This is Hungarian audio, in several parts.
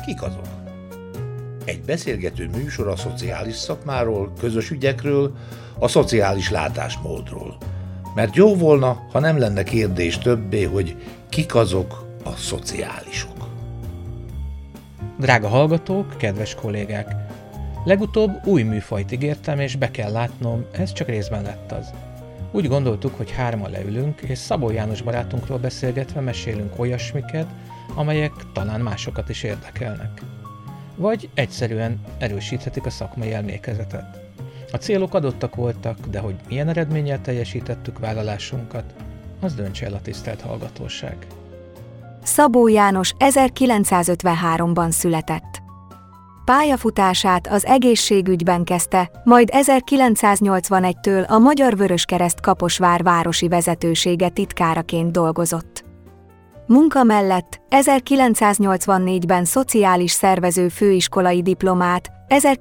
kik azok? Egy beszélgető műsor a szociális szakmáról, közös ügyekről, a szociális látásmódról. Mert jó volna, ha nem lenne kérdés többé, hogy kik azok a szociálisok. Drága hallgatók, kedves kollégák! Legutóbb új műfajt ígértem, és be kell látnom, ez csak részben lett az. Úgy gondoltuk, hogy hárman leülünk, és Szabó János barátunkról beszélgetve mesélünk olyasmiket, amelyek talán másokat is érdekelnek. Vagy egyszerűen erősíthetik a szakmai emlékezetet. A célok adottak voltak, de hogy milyen eredménnyel teljesítettük vállalásunkat, az döntse el a tisztelt hallgatóság. Szabó János 1953-ban született. Pályafutását az egészségügyben kezdte, majd 1981-től a Magyar Vöröskereszt Kaposvár városi vezetősége titkáraként dolgozott. Munka mellett 1984-ben szociális szervező főiskolai diplomát,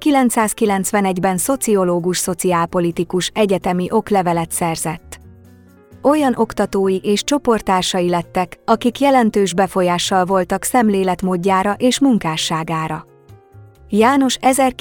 1991-ben szociológus szociálpolitikus egyetemi oklevelet szerzett. Olyan oktatói és csoporttársai lettek, akik jelentős befolyással voltak szemléletmódjára és munkásságára. János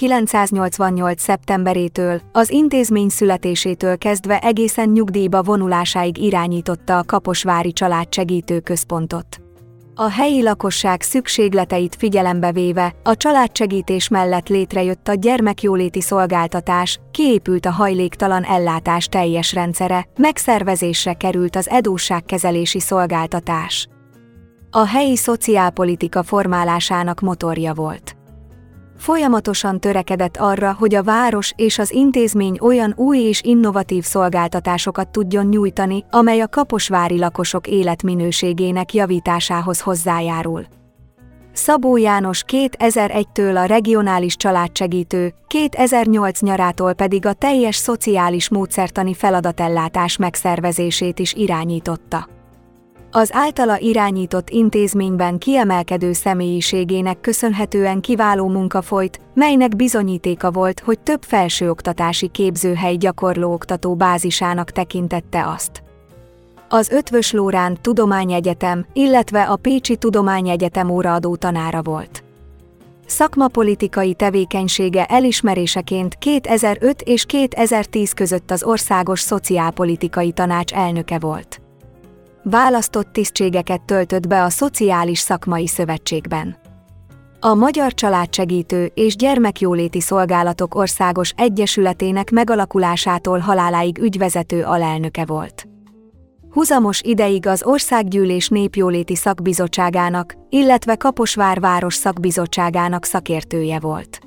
1988. szeptemberétől, az intézmény születésétől kezdve egészen nyugdíjba vonulásáig irányította a Kaposvári Családsegítő Központot. A helyi lakosság szükségleteit figyelembe véve, a családsegítés mellett létrejött a gyermekjóléti szolgáltatás, kiépült a hajléktalan ellátás teljes rendszere, megszervezésre került az edósságkezelési szolgáltatás. A helyi szociálpolitika formálásának motorja volt. Folyamatosan törekedett arra, hogy a város és az intézmény olyan új és innovatív szolgáltatásokat tudjon nyújtani, amely a kaposvári lakosok életminőségének javításához hozzájárul. Szabó János 2001-től a regionális családsegítő, 2008 nyarától pedig a teljes szociális módszertani feladatellátás megszervezését is irányította. Az általa irányított intézményben kiemelkedő személyiségének köszönhetően kiváló munka folyt, melynek bizonyítéka volt, hogy több felsőoktatási képzőhely gyakorló-oktató bázisának tekintette azt. Az Eötvös Loránd Tudományegyetem, illetve a Pécsi Tudományegyetem óraadó tanára volt. Szakmapolitikai tevékenysége elismeréseként 2005 és 2010 között az Országos Szociálpolitikai Tanács elnöke volt. Választott tisztségeket töltött be a Szociális Szakmai Szövetségben. A Magyar Családsegítő és Gyermekjóléti Szolgálatok Országos Egyesületének megalakulásától haláláig ügyvezető alelnöke volt. Huzamos ideig az Országgyűlés Népjóléti Szakbizottságának, illetve Kaposvár város szakbizottságának szakértője volt.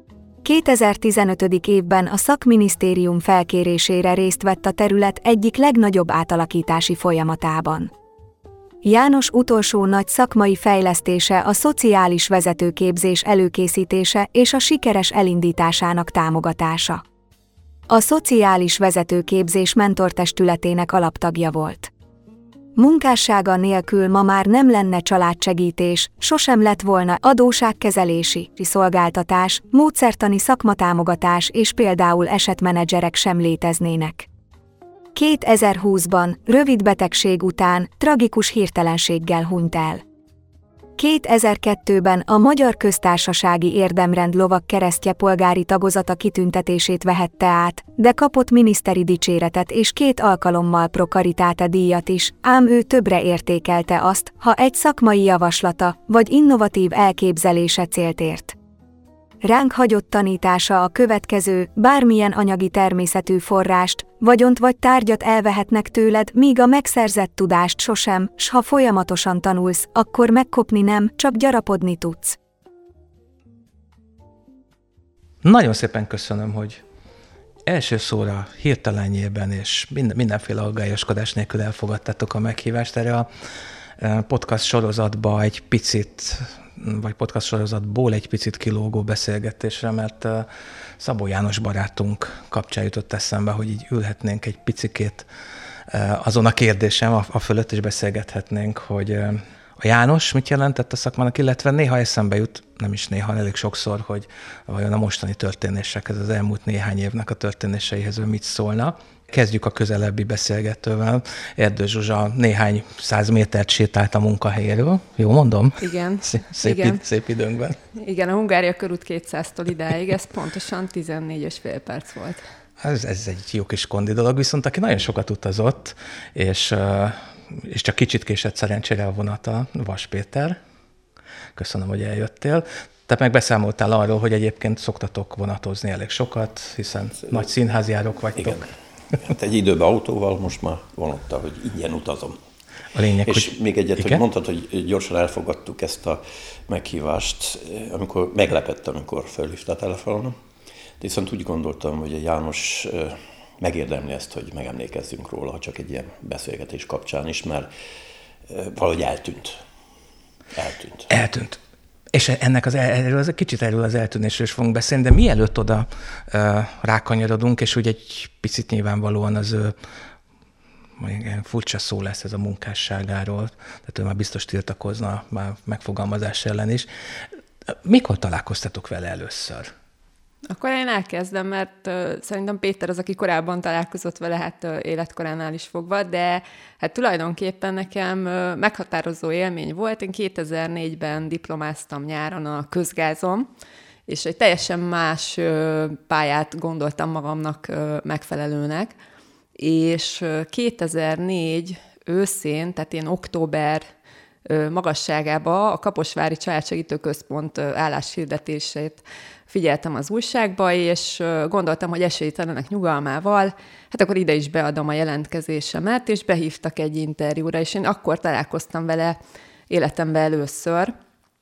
2015. évben a szakminisztérium felkérésére részt vett a terület egyik legnagyobb átalakítási folyamatában. János utolsó nagy szakmai fejlesztése a szociális vezetőképzés előkészítése és a sikeres elindításának támogatása. A szociális vezetőképzés mentortestületének alaptagja volt. Munkássága nélkül ma már nem lenne családsegítés, sosem lett volna adósságkezelési szolgáltatás, módszertani szakmatámogatás és például esetmenedzserek sem léteznének. 2020-ban, rövid betegség után, tragikus hirtelenséggel hunyt el. 2002-ben a Magyar Köztársasági Érdemrend lovagkeresztje polgári tagozata kitüntetését vehette át, de kapott miniszteri dicséretet és 2 alkalommal Pro Caritate díjat is, ám ő többre értékelte azt, ha egy szakmai javaslata vagy innovatív elképzelése célt ért. Ránk hagyott tanítása a következő: bármilyen anyagi természetű forrást, vagyont vagy tárgyat elvehetnek tőled, míg a megszerzett tudást sosem, s ha folyamatosan tanulsz, akkor megkopni nem, csak gyarapodni tudsz. Nagyon szépen köszönöm, hogy első szóra hirtelenjében és mindenféle aggályoskodás nélkül elfogadtátok a meghívást erre a podcast sorozatba egy picit, vagy podcast sorozatból egy picit kilógó beszélgetésre, mert Szabó János barátunk kapcsán jutott eszembe, hogy így ülhetnénk egy picikét azon a kérdésem, a fölött is beszélgethetnénk, hogy a János mit jelentett a szakmának, illetve néha eszembe jut, nem is néha, elég sokszor, hogy vajon a mostani történések, ez az elmúlt néhány évnek a történéseihez ő mit szólna. Kezdjük a közelebbi beszélgetővel. Erdő Zsuzsa néhány 100 métert sétált a munkahelyéről. Jó mondom? Igen. Szép időnkben. Igen, a Hungária körút 200-tól idáig, ez pontosan 14,5 perc volt. Ez egy jó kis kondi dolog, viszont aki nagyon sokat utazott, és csak kicsit késett szerencsére a vonata, Vas Péter. Köszönöm, hogy eljöttél. Te meg beszámoltál arról, hogy egyébként szoktatok vonatozni elég sokat, hiszen nagy színházjárók vagytok. Igen. Hát egy időben autóval, most már vonattal, hogy ingyen utazom. A lényeg, és hogy... még egyet, igen? hogy mondtad, hogy gyorsan elfogadtuk ezt a meghívást, amikor meglepettem, amikor felhívtál telefonon. Viszont úgy gondoltam, hogy János megérdemli ezt, hogy megemlékezzünk róla, ha csak egy ilyen beszélgetés kapcsán is, mert valahogy eltűnt. Eltűnt. És erről az eltűnésről is fogunk beszélni, de mielőtt oda rákanyarodunk, és úgy egy picit nyilvánvalóan az ilyen furcsa szó lesz ez a munkásságáról, tehát ő már biztos tiltakozna már megfogalmazás ellen is. Mikor találkoztatok vele először? Akkor én elkezdem, mert szerintem Péter az, aki korábban találkozott vele, hát életkoránál is fogva, de hát tulajdonképpen nekem meghatározó élmény volt. Én 2004-ben diplomáztam nyáron a közgázon, és egy teljesen más pályát gondoltam magamnak megfelelőnek, és 2004 őszén, tehát ilyen október magasságába a Kaposvári Családsegítő Központ álláshirdetését figyeltem az újságba, és gondoltam, hogy esélytelenek nyugalmával, hát akkor ide is beadom a jelentkezésemet, és behívtak egy interjúra, és én akkor találkoztam vele életemben először.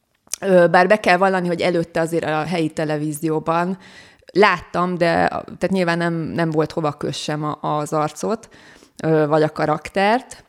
Bár be kell vallani, hogy előtte azért a helyi televízióban láttam, de tehát nyilván nem volt hova kössem az arcot, vagy a karaktert,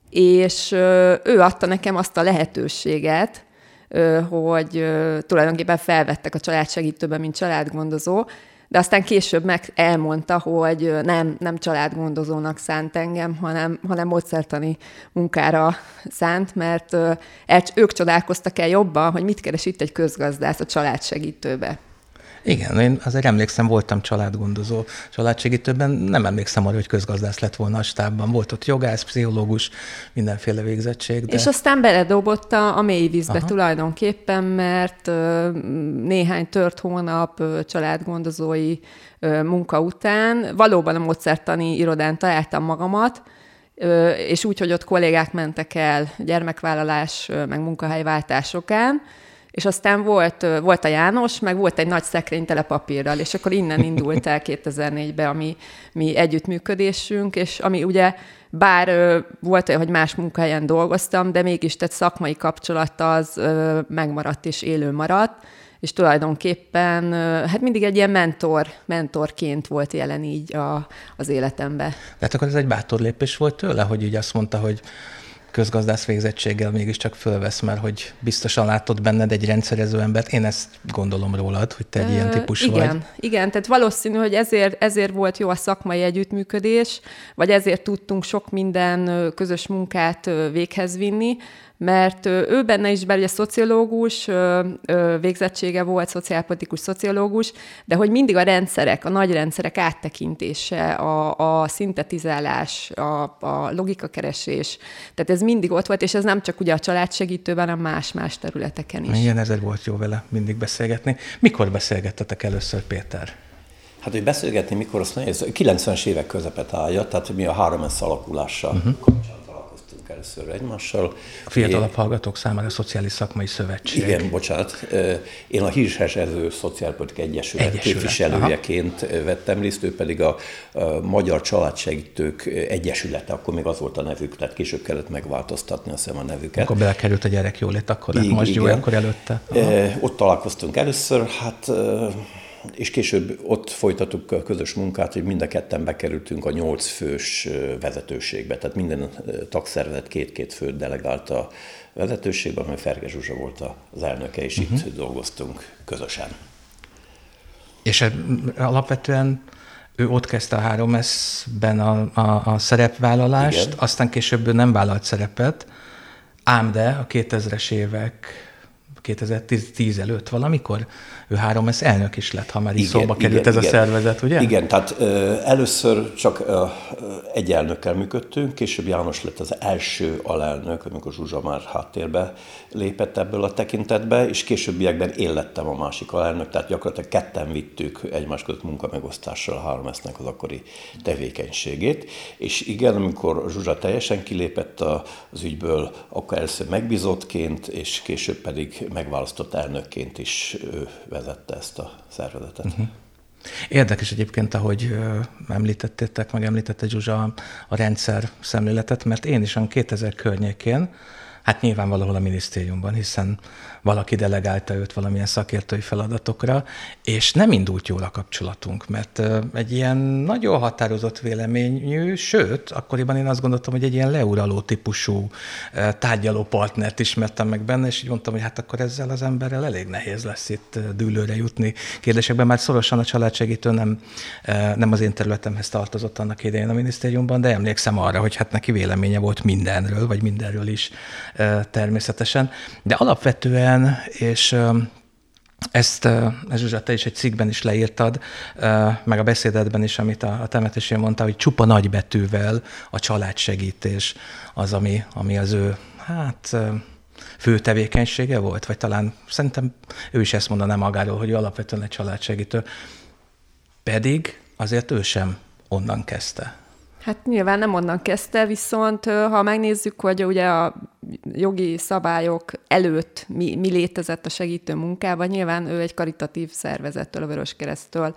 és ő adta nekem azt a lehetőséget, hogy tulajdonképpen felvettek a családsegítőben, mint családgondozó, de aztán később elmondta, hogy nem családgondozónak szánt engem, hanem módszertani munkára szánt, mert ők csodálkoztak el jobban, hogy mit keres itt egy közgazdász a családsegítőbe. Igen, én azért emlékszem, voltam családgondozó családsegítőben, nem emlékszem arra, hogy közgazdász lett volna a stábban. Volt ott jogász, pszichológus, mindenféle végzettség. De... És aztán beledobott a mély vízbe tulajdonképpen, mert néhány tört hónap családgondozói munka után valóban a módszertani irodán találtam magamat, és úgy, hogy ott kollégák mentek el gyermekvállalás, meg munkahelyváltásokán, és aztán volt a János, meg volt egy nagy szekrény tele papírral, és akkor innen indult el 2004-ben a mi együttműködésünk, és ami ugye, bár volt olyan, hogy más munkahelyen dolgoztam, de mégis tehát szakmai kapcsolat az megmaradt és élő maradt, és tulajdonképpen hát mindig egy ilyen mentorként volt jelen így az életemben. Tehát akkor ez egy bátor lépés volt tőle, hogy így azt mondta, hogy közgazdász végzettséggel mégiscsak fölvesz, mert hogy biztosan látod benned egy rendszerező embert. Én ezt gondolom rólad, hogy te egy ilyen típus vagy. Igen, tehát valószínű, hogy ezért volt jó a szakmai együttműködés, vagy ezért tudtunk sok minden közös munkát véghez vinni, mert ő benne is, bár ugye szociológus, végzettsége volt, szociálpolitikus szociológus, de hogy mindig a rendszerek, a nagy rendszerek áttekintése, a szintetizálás, a logikakeresés, tehát ez mindig ott volt, és ez nem csak ugye a családsegítőben, hanem más területeken is. Igen, ezért volt jó vele mindig beszélgetni. Mikor beszélgettetek először, Péter? Hát, hogy beszélgetni mikor, azt nehéz. 90-es évek közepet állja, tehát mi a 3S alakulással kapcsolatban találkoztunk először egymással. A fiatalabb hallgatók számára a Szociális Szakmai Szövetség. Igen, bocsánat. Én a Hírszerző Szociálpolitikai Egyesület képviselőjeként vettem részt, ő pedig a Magyar Családsegítők Egyesülete, akkor még az volt a nevük, tehát később kellett megváltoztatni azt hiszem a nevüket. Akkor belekerült a gyerekjólét, akkor lett most jó, akkor előtte. Ott találkoztunk először, hát... és később ott folytattuk a közös munkát, hogy mind a ketten bekerültünk a 8 fős vezetőségbe. Tehát minden tagszervezet 2-2 főt delegált a vezetőségbe, amely Ferge Zsuzsa volt az elnöke, és itt dolgoztunk közösen. És alapvetően ő ott kezdte a 3S-ben a szerepvállalást, igen. Aztán később ő nem vállalt szerepet, ám de a 2000-es évek 2010 előtt valamikor. Ő 3S elnök is lett, ha már is szóba került ez a szervezet, ugye? Igen, tehát először csak egy elnökkel működtünk, később János lett az első alelnök, amikor Zsuzsa már háttérbe lépett ebből a tekintetbe, és későbbiekben én lettem a másik alelnök, tehát gyakorlatilag ketten vittük egymás között munkamegosztással a 3S-nek az akkori tevékenységét. És igen, amikor Zsuzsa teljesen kilépett az ügyből, akkor először megbízottként, és később pedig megválasztott elnökként is ő vezette ezt a szervezetet. Érdekes egyébként, ahogy megemlítette Zsuzsa a rendszer szemléletet, mert én is 2000 környékén, hát nyilván valahol a minisztériumban, hiszen valaki delegálta őt valamilyen szakértői feladatokra, és nem indult jól a kapcsolatunk, mert egy ilyen nagyon határozott véleményű, sőt, akkoriban én azt gondoltam, hogy egy ilyen leuraló típusú tárgyaló partnert ismertem meg benne, és így mondtam, hogy hát akkor ezzel az emberrel elég nehéz lesz itt dűlőre jutni kérdésekben. Már szorosan a családsegítő nem az én területemhez tartozott annak idején a minisztériumban, de emlékszem arra, hogy hát neki véleménye volt mindenről, vagy mindenről is természetesen. De alapvetően, és ezt Zsuzsa, te is egy cikkben is leírtad, meg a beszédedben is, amit a temetésén mondtál, hogy csupa nagybetűvel a családsegítés az, ami az ő, fő tevékenysége volt, vagy talán szerintem ő is ezt mondaná magáról, hogy ő alapvetően egy családsegítő. Pedig azért ő sem onnan kezdte. Hát nyilván nem onnan kezdte, viszont ha megnézzük, hogy ugye a jogi szabályok előtt mi létezett a segítő munkában, nyilván ő egy karitatív szervezettől, a Vöröskereszttől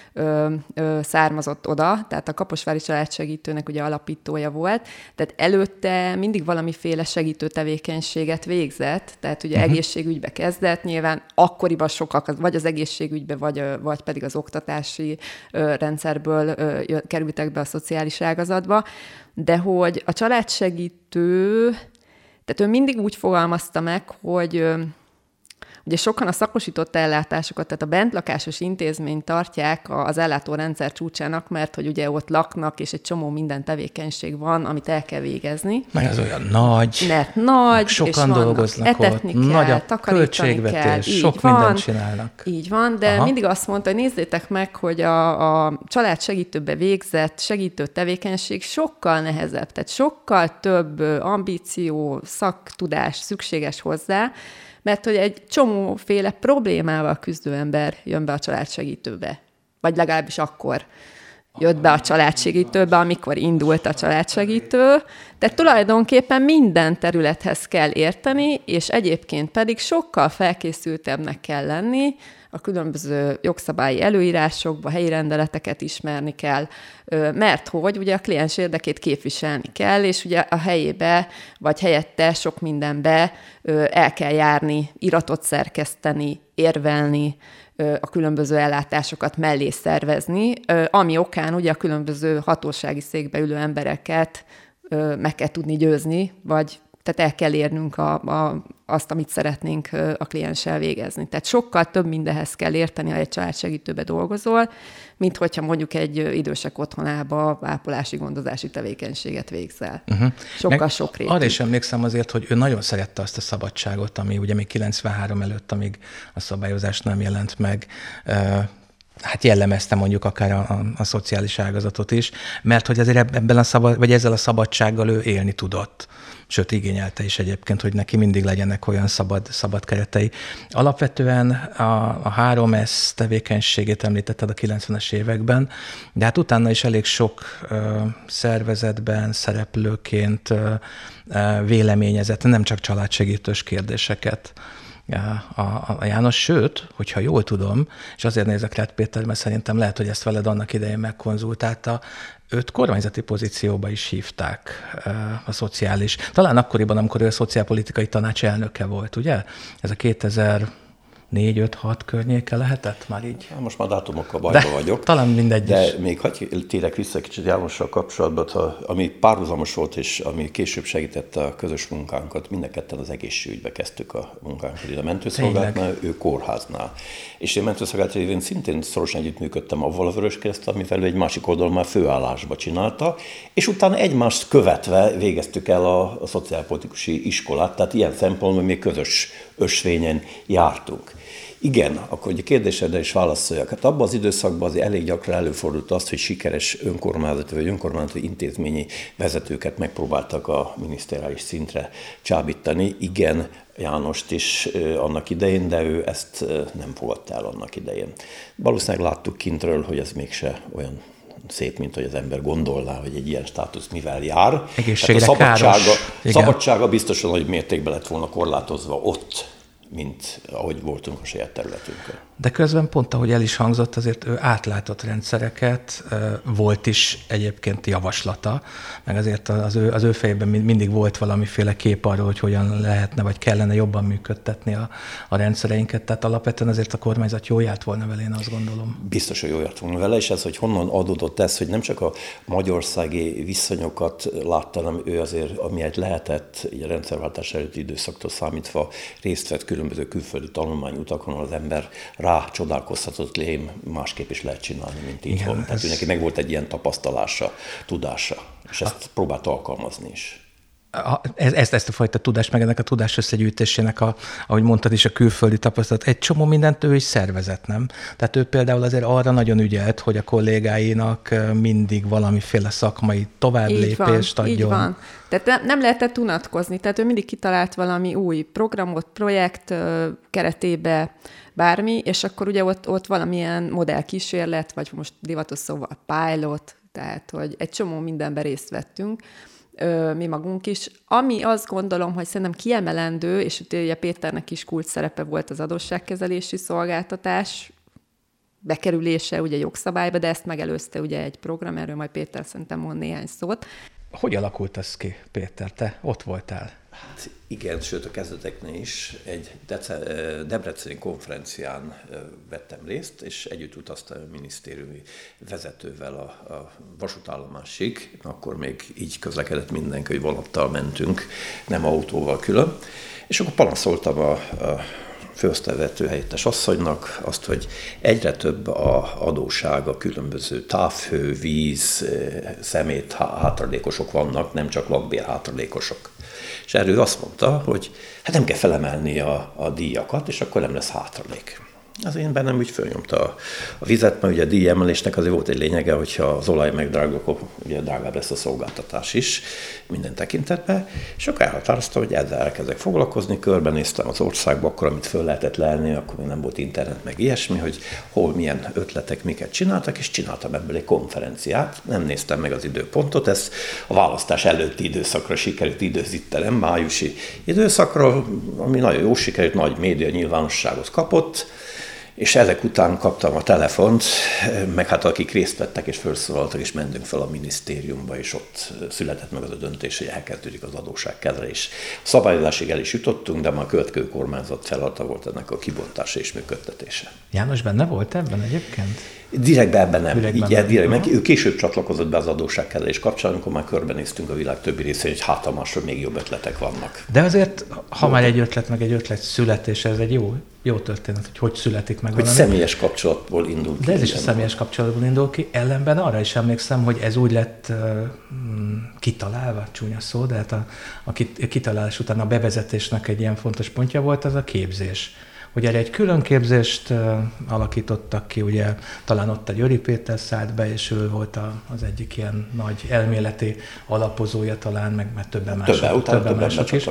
származott oda, tehát a Kaposvári Családsegítőnek ugye alapítója volt, tehát előtte mindig valamiféle segítő tevékenységet végzett, tehát ugye egészségügybe kezdett, nyilván akkoriban sokak, vagy az egészségügybe, vagy pedig az oktatási rendszerből kerültek be a szociális ágazatba, de hogy a családsegítő, tehát ő mindig úgy fogalmazta meg, hogy ugye sokan a szakosított ellátásokat, tehát a bentlakásos intézményt tartják az ellátórendszer csúcsának, mert hogy ugye ott laknak, és egy csomó minden tevékenység van, amit el kell végezni. Meg az olyan nagy, mert nagy, sokan és dolgoznak etetni ott, kell, nagy a költségvetés, kell, sok mindent csinálnak. Így van, de mindig azt mondta, hogy nézzétek meg, hogy a családsegítőbe végzett segítő tevékenység sokkal nehezebb, tehát sokkal több ambíció, szaktudás szükséges hozzá, mert hogy egy csomóféle problémával küzdő ember jön be a családsegítőbe. Vagy legalábbis akkor jött be a családsegítőbe, amikor indult a családsegítő. Tehát tulajdonképpen minden területhez kell érteni, és egyébként pedig sokkal felkészültebbnek kell lenni, a különböző jogszabályi előírásokba, helyi rendeleteket ismerni kell, mert hogy ugye a kliens érdekét képviselni kell, és ugye a helyébe, vagy helyette sok mindenbe el kell járni, iratot szerkeszteni, érvelni, a különböző ellátásokat mellé szervezni, ami okán ugye a különböző hatósági székbe ülő embereket meg kell tudni győzni, vagy tehát el kell érnünk azt, amit szeretnénk a klienssel végezni. Tehát sokkal több mindenhez kell érteni, ha egy családsegítőbe dolgozol, mint hogyha mondjuk egy idősek otthonába ápolási, gondozási tevékenységet végzel. Sokkal sokrétű. Arra is emlékszem azért, hogy ő nagyon szerette azt a szabadságot, ami ugye még 93 előtt, amíg a szabályozás nem jelent meg, hát jellemezte mondjuk akár a szociális ágazatot is, mert hogy azért ezzel a szabadsággal ő élni tudott. Sőt, igényelte is egyébként, hogy neki mindig legyenek olyan szabad keretei. Alapvetően a 3S tevékenységét említetted a 90-es években, de hát utána is elég sok szervezetben szereplőként véleményezett, nem csak családsegítős kérdéseket a János, sőt, hogyha jól tudom, és azért nézek rád, Péter, mert szerintem lehet, hogy ezt veled annak idején megkonzultálta, őt kormányzati pozícióba is hívták a szociális. Talán akkoriban, amikor ő a szociálpolitikai tanács elnöke volt, ugye? Ez a 2004 4-5-6 környéke lehetett már így? Most már dátumokkal bajba vagyok. Talán mindegy de is. még hagyj térek vissza kicsit Jánossal kapcsolatban, ami párhuzamos volt, és ami később segítette a közös munkánkat, mind a ketten az egészségügybe kezdtük a munkánkat, a mentőszolgálatnál, ő kórháznál. És én mentőszolgálat révén szintén szorosan együttműködtem avval a Vöröskereszttel, amivel egy másik oldalon már főállásba csinálta, és utána egymást követve végeztük el a szociálpolitikusi iskolát, tehát ilyen szempontból még közös ösvényen jártunk. Igen, akkor egy kérdésedre is válaszoljak. Hát abban az időszakban azért elég gyakran előfordult az, hogy sikeres önkormányzati vagy önkormányzati intézményi vezetőket megpróbáltak a miniszterális szintre csábítani. Igen, Jánost is annak idején, de ő ezt nem fogadta el annak idején. Valószínűleg láttuk kintről, hogy ez mégse olyan szép, mint hogy az ember gondolná, hogy egy ilyen státusz mivel jár. Egészségre szabadsága biztosan nagy mértékben lett volna korlátozva ott, mint ahogy voltunk a saját területünkön. De közben pont, ahogy el is hangzott, azért ő átlátott rendszereket, volt is egyébként javaslata, meg azért az ő fejében mindig volt valamiféle kép arról, hogy hogyan lehetne, vagy kellene jobban működtetni a rendszereinket. Tehát alapvetően azért a kormányzat jól járt volna vele, én azt gondolom. Biztos, hogy jól járt volna vele, és ez, hogy honnan adódott ez, hogy nem csak a magyarországi viszonyokat látta, hanem ő azért, amilyet lehetett, így a rendszerváltás előtti időszaktól számítva részt vett különböző külföldi tanulmányutakon, ahol az ember rá csodálkozhatott, lém másképp is lehet csinálni, mint itthon. Tehát neki meg volt egy ilyen tapasztalása, tudása, és ezt próbált alkalmazni is. Ezt a fajta tudást, meg ennek a tudás összegyűjtésének, ahogy mondtad is, a külföldi tapasztalat, egy csomó mindent ő is szervezett, nem? Tehát ő például azért arra nagyon ügyelt, hogy a kollégáinak mindig valamiféle szakmai továbblépést adjon. Így van. Tehát nem lehetett unatkozni, tehát ő mindig kitalált valami új programot, projekt keretébe, bármi, és akkor ugye ott valamilyen modellkísérlet, vagy most divatos szóval pilot, tehát hogy egy csomó mindenben részt vettünk, mi magunk is. Ami azt gondolom, hogy szerintem kiemelendő, és ugye Péternek is kulcs szerepe volt az adósságkezelési szolgáltatás bekerülése ugye jogszabályba, de ezt megelőzte ugye egy program, erről majd Péter szerintem mond néhány szót. Hogy alakult ez ki, Péter? Te ott voltál? Hát igen, sőt a kezdeteknél is egy debreceni konferencián vettem részt, és együtt utaztam a minisztériumi vezetővel a vasútállomásig. Akkor még így közlekedett mindenki, hogy vonattal mentünk, nem autóval külön. És akkor panaszoltam a főosztályvezető helyettes asszonynak azt, hogy egyre több a adósság, a különböző távhő, víz, szemét hátralékosok vannak, nem csak lakbér hátralékosok. És erről azt mondta, hogy hát nem kell felemelni a díjakat, és akkor nem lesz hátralék. Az én bennem úgy fölnyomta a vizet, mert ugye a díjemelésnek azért volt egy lényege, hogyha az olaj megdrágul, akkor ugye drágább lesz a szolgáltatás is minden tekintetben, és akkor elhatároztam, hogy ezzel elkezdek foglalkozni, körbenéztem az országba, akkor amit föl lehetett lelni, akkor még nem volt internet, meg ilyesmi, hogy hol milyen ötletek, miket csináltak, és csináltam ebből egy konferenciát, nem néztem meg az időpontot, ez a választás előtti időszakra sikerült időzítenem, májusi időszakra, ami nagyon jó sikerült, nagy média nyilvánosságot kapott, és ezek után kaptam a telefont, meg hát akik részt vettek és felszólaltak, és mentünk fel a minisztériumba, és ott született meg az a döntés, hogy elkezdődik az adósságkezelés. A szabályozásig el is jutottunk, de már a következő kormányzat feladata volt ennek a kibontása és működtetése. János benne volt ebben egyébként? Direktben ebben nem. Direkt, ő később csatlakozott be az adósságkezelés kapcsán, amikor már körbenéztünk a világ többi részén, hogy hát a másról még jobb ötletek vannak. De azért, ha már egy ötlet születése, ez egy jó történet, hogy születik meg valami. Hogy személyes kapcsolatból indul ki. De ez is a személyes kapcsolatból indul ki. Ellenben arra is emlékszem, hogy ez úgy lett kitalálva, csúnya szó, de hát a kitalálás után a bevezetésnek egy ilyen fontos pontja volt az a képzés. Hogy erre egy külön képzést alakítottak ki, ugye talán ott a Győri Péter szállt be, és ő volt az egyik ilyen nagy elméleti alapozója talán, meg többen mások is.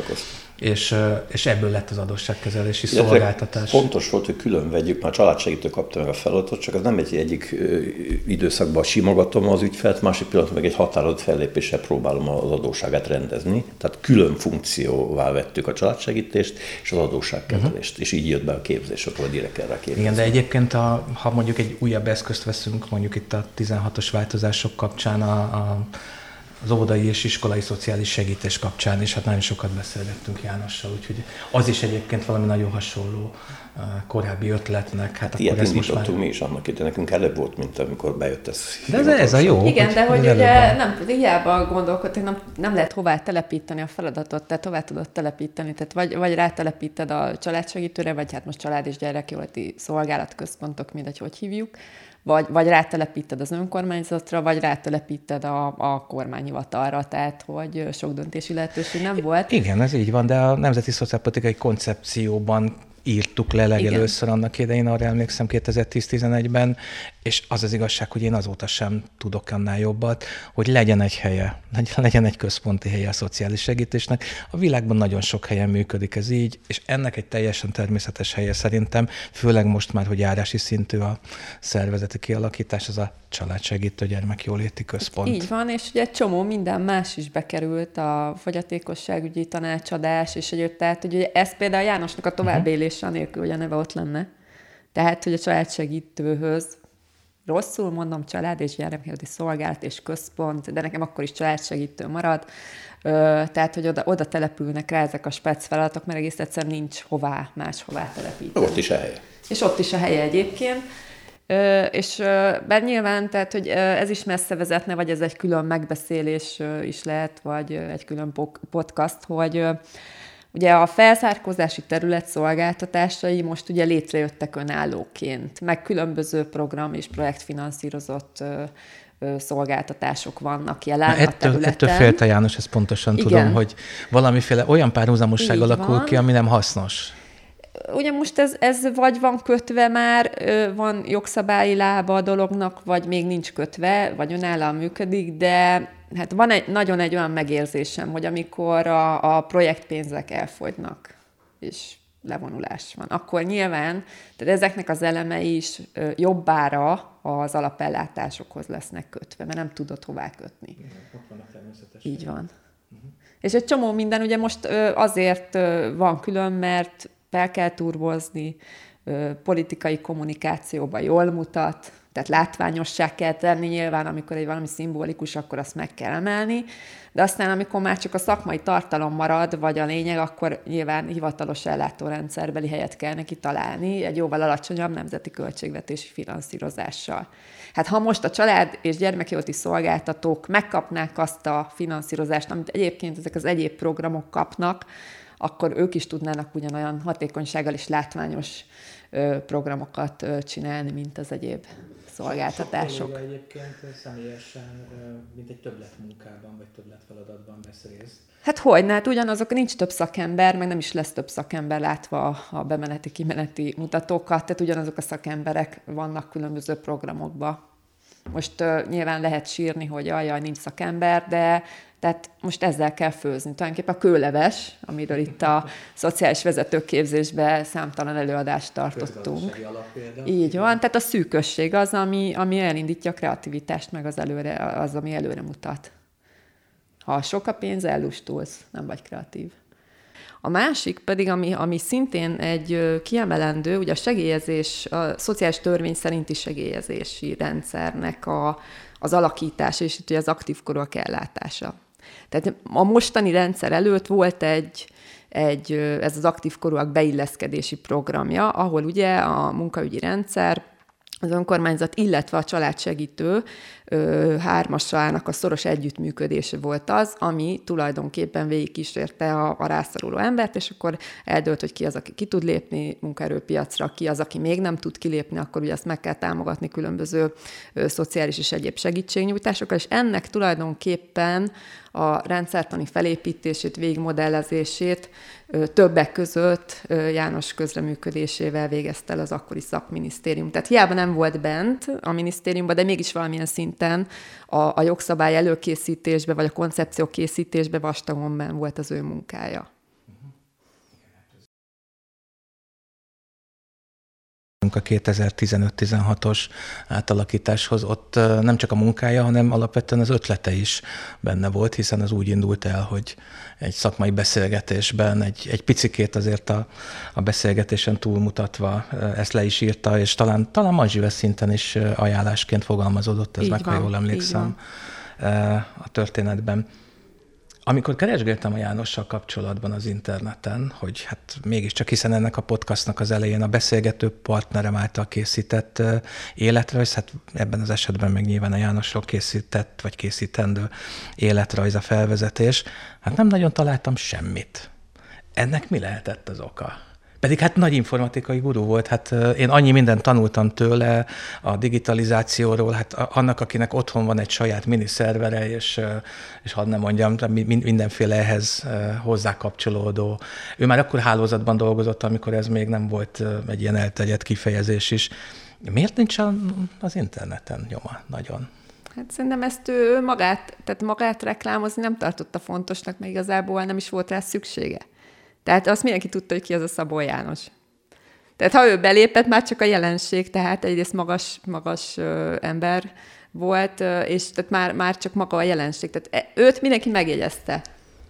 És ebből lett az adósságkezelési szolgáltatás. Fontos volt, hogy külön vegyük, már családsegítő kapta meg a feladatot, csak az nem egyik időszakban simogatom az ügyfelet, másik pillanatban meg egy határozott fellépéssel próbálom az adósságát rendezni. Tehát külön funkcióvá vettük a családsegítést és az adósságkezelést, és így jött be a képzés, akkor direkt erre képzés. Igen, de egyébként, ha mondjuk egy újabb eszközt veszünk, mondjuk itt a 16-os változások kapcsán az óvodai és iskolai szociális segítés kapcsán, és hát nagyon sokat beszélgettünk Jánossal, úgyhogy az is egyébként valami nagyon hasonló korábbi ötletnek. Hát ilyet indítottunk mi is annak idején, nekünk előbb volt, mint amikor bejött ez. De ez a jó. Igen, de hogy ugye hiába gondolkodni, nem lehet hová telepíteni a feladatot, tehát hová tudod telepíteni, tehát vagy rátelepíted a családsegítőre, vagy hát most család- és gyerekjóléti szolgálatközpontok, mindegy, hogy hívjuk, vagy rátelepíted az önkormányzatra, vagy rátelepíted a kormányhivatalra, tehát hogy sok döntési lehetőség nem volt. Igen, ez így van, de a Nemzeti Szociálpolitikai Koncepcióban írtuk le legelőször annak idején, arra emlékszem 2010-11-ben, és az az igazság, hogy én azóta sem tudok annál jobbat, hogy legyen egy helye, legyen egy központi helye a szociális segítésnek. A világban nagyon sok helyen működik ez így, és ennek egy teljesen természetes helye szerintem, főleg most már, hogy járási szintű a szervezeti kialakítás, az a családsegítő gyermekjóléti központ. Így van, és ugye egy csomó minden más is bekerült, a fogyatékosságügyi tanácsadás, és tehát ugye ez például Jánosnak a továbbélése anélkül, hogy a neve ott lenne. Tehát, hogy a családsegítőhöz, rosszul mondom, család és gyermekjóléti szolgálat és központ, de nekem akkor is családsegítő marad. Tehát, hogy oda települnek rá ezek a spec feladatok, mert egész egyszerűen nincs máshová telepíteni. Ott is a helye. És ott is a helye egyébként. És bár nyilván, tehát, hogy ez is messze vezetne, vagy ez egy külön megbeszélés is lehet, vagy egy külön podcast, hogy ugye a felzárkózási terület szolgáltatásai most ugye létrejöttek önállóként, meg különböző program és projektfinanszírozott szolgáltatások vannak jelen a területen. Ettől félte János, ezt pontosan igen. Tudom, hogy valamiféle olyan párhuzamosság alakul ki, ami nem hasznos. Ugye most ez vagy van kötve már, van jogszabályi lába a dolognak, vagy még nincs kötve, vagy önállóan működik, de hát van nagyon egy olyan megérzésem, hogy amikor a projektpénzek elfogynak, és levonulás van, akkor nyilván, tehát ezeknek az elemei is jobbára az alapellátásokhoz lesznek kötve, mert nem tudod hová kötni. Így van. És egy csomó minden ugye most azért van külön, mert fel kell turbozni, politikai kommunikációban jól mutat, tehát látványossá kell tenni nyilván, amikor egy valami szimbolikus, akkor azt meg kell emelni, de aztán amikor már csak a szakmai tartalom marad, vagy a lényeg, akkor nyilván hivatalos ellátórendszerbeli helyet kell neki találni, egy jóval alacsonyabb nemzeti költségvetési finanszírozással. Hát ha most a család- és gyermekjóléti szolgáltatók megkapnák azt a finanszírozást, amit egyébként ezek az egyéb programok kapnak, akkor ők is tudnának ugyanolyan hatékonysággal és látványos programokat csinálni, mint az egyéb szolgáltatások. Sok egyébként személyesen, mint egy többletmunkában vagy többletfeladatban vesz részt. Hát hogyne, hát ugyanazok, nincs több szakember, meg nem is lesz több szakember látva a bemeneti-kimeneti mutatókat, tehát ugyanazok a szakemberek vannak különböző programokban. Most nyilván lehet sírni, hogy jaj, nincs szakember, de tehát most ezzel kell főzni. Tulajdonképpen a kőleves, amiről itt a szociális vezetőképzésben számtalan előadást tartottunk. Így van, tehát a szűkösség az, ami elindítja a kreativitást, meg az, ami előre mutat. Ha sok a pénz, ellustulsz, nem vagy kreatív. A másik pedig, ami szintén egy kiemelendő, ugye a segélyezés, a szociális törvény szerinti segélyezési rendszernek az alakítása, és itt ugye az aktív korúak ellátása. Tehát a mostani rendszer előtt volt ez az aktív korúak beilleszkedési programja, ahol ugye a munkaügyi rendszer, az önkormányzat, illetve a családsegítő hármasának a szoros együttműködése volt az, ami tulajdonképpen végigkísérte a rászoruló embert, és akkor eldőlt, hogy ki az, aki ki tud lépni munkaerőpiacra, ki az, aki még nem tud kilépni, akkor ugye azt meg kell támogatni különböző szociális és egyéb segítségnyújtásokkal, és ennek tulajdonképpen a rendszertani felépítését, végigmodellezését többek között János közreműködésével végezte el az akkori szakminisztérium. Tehát hiába nem volt bent a minisztériumban, de mégis valamilyen szinten a jogszabály előkészítésbe, vagy a koncepció készítésbe vastagon benn volt az ő munkája. A 2015-16-os átalakításhoz ott nem csak a munkája, hanem alapvetően az ötlete is benne volt, hiszen az úgy indult el, hogy egy szakmai beszélgetésben egy picikét azért a beszélgetésen túlmutatva ezt le is írta, és talán Mazsivel szinten is ajánlásként fogalmazódott, ez meg, ha jól emlékszem. a történetben. Amikor keresgéltem a Jánossal kapcsolatban az interneten, hogy hát mégiscsak, hiszen ennek a podcastnak az elején a beszélgető partnerem által készített életrajz, hát ebben az esetben meg nyilván a Jánosról készített, vagy készítendő életrajz a felvezetés, hát nem nagyon találtam semmit. Ennek mi lehetett az oka? Pedig hát nagy informatikai gurú volt, hát én annyi mindent tanultam tőle a digitalizációról, hát annak, akinek otthon van egy saját miniszervere, és hadd nem mondjam, mindenféle ehhez hozzá kapcsolódó. Ő már akkor hálózatban dolgozott, amikor ez még nem volt egy ilyen elterjedt kifejezés is. Miért nincs az interneten nyoma nagyon? Hát szerintem ezt ő magát reklámozni nem tartotta fontosnak, mert igazából nem is volt rá szüksége. Tehát azt mindenki tudta, hogy ki az a Szabó János. Tehát ha ő belépett, már csak a jelenség, tehát egyrészt magas ember volt, és tehát már csak maga a jelenség. Tehát őt mindenki megjegyezte.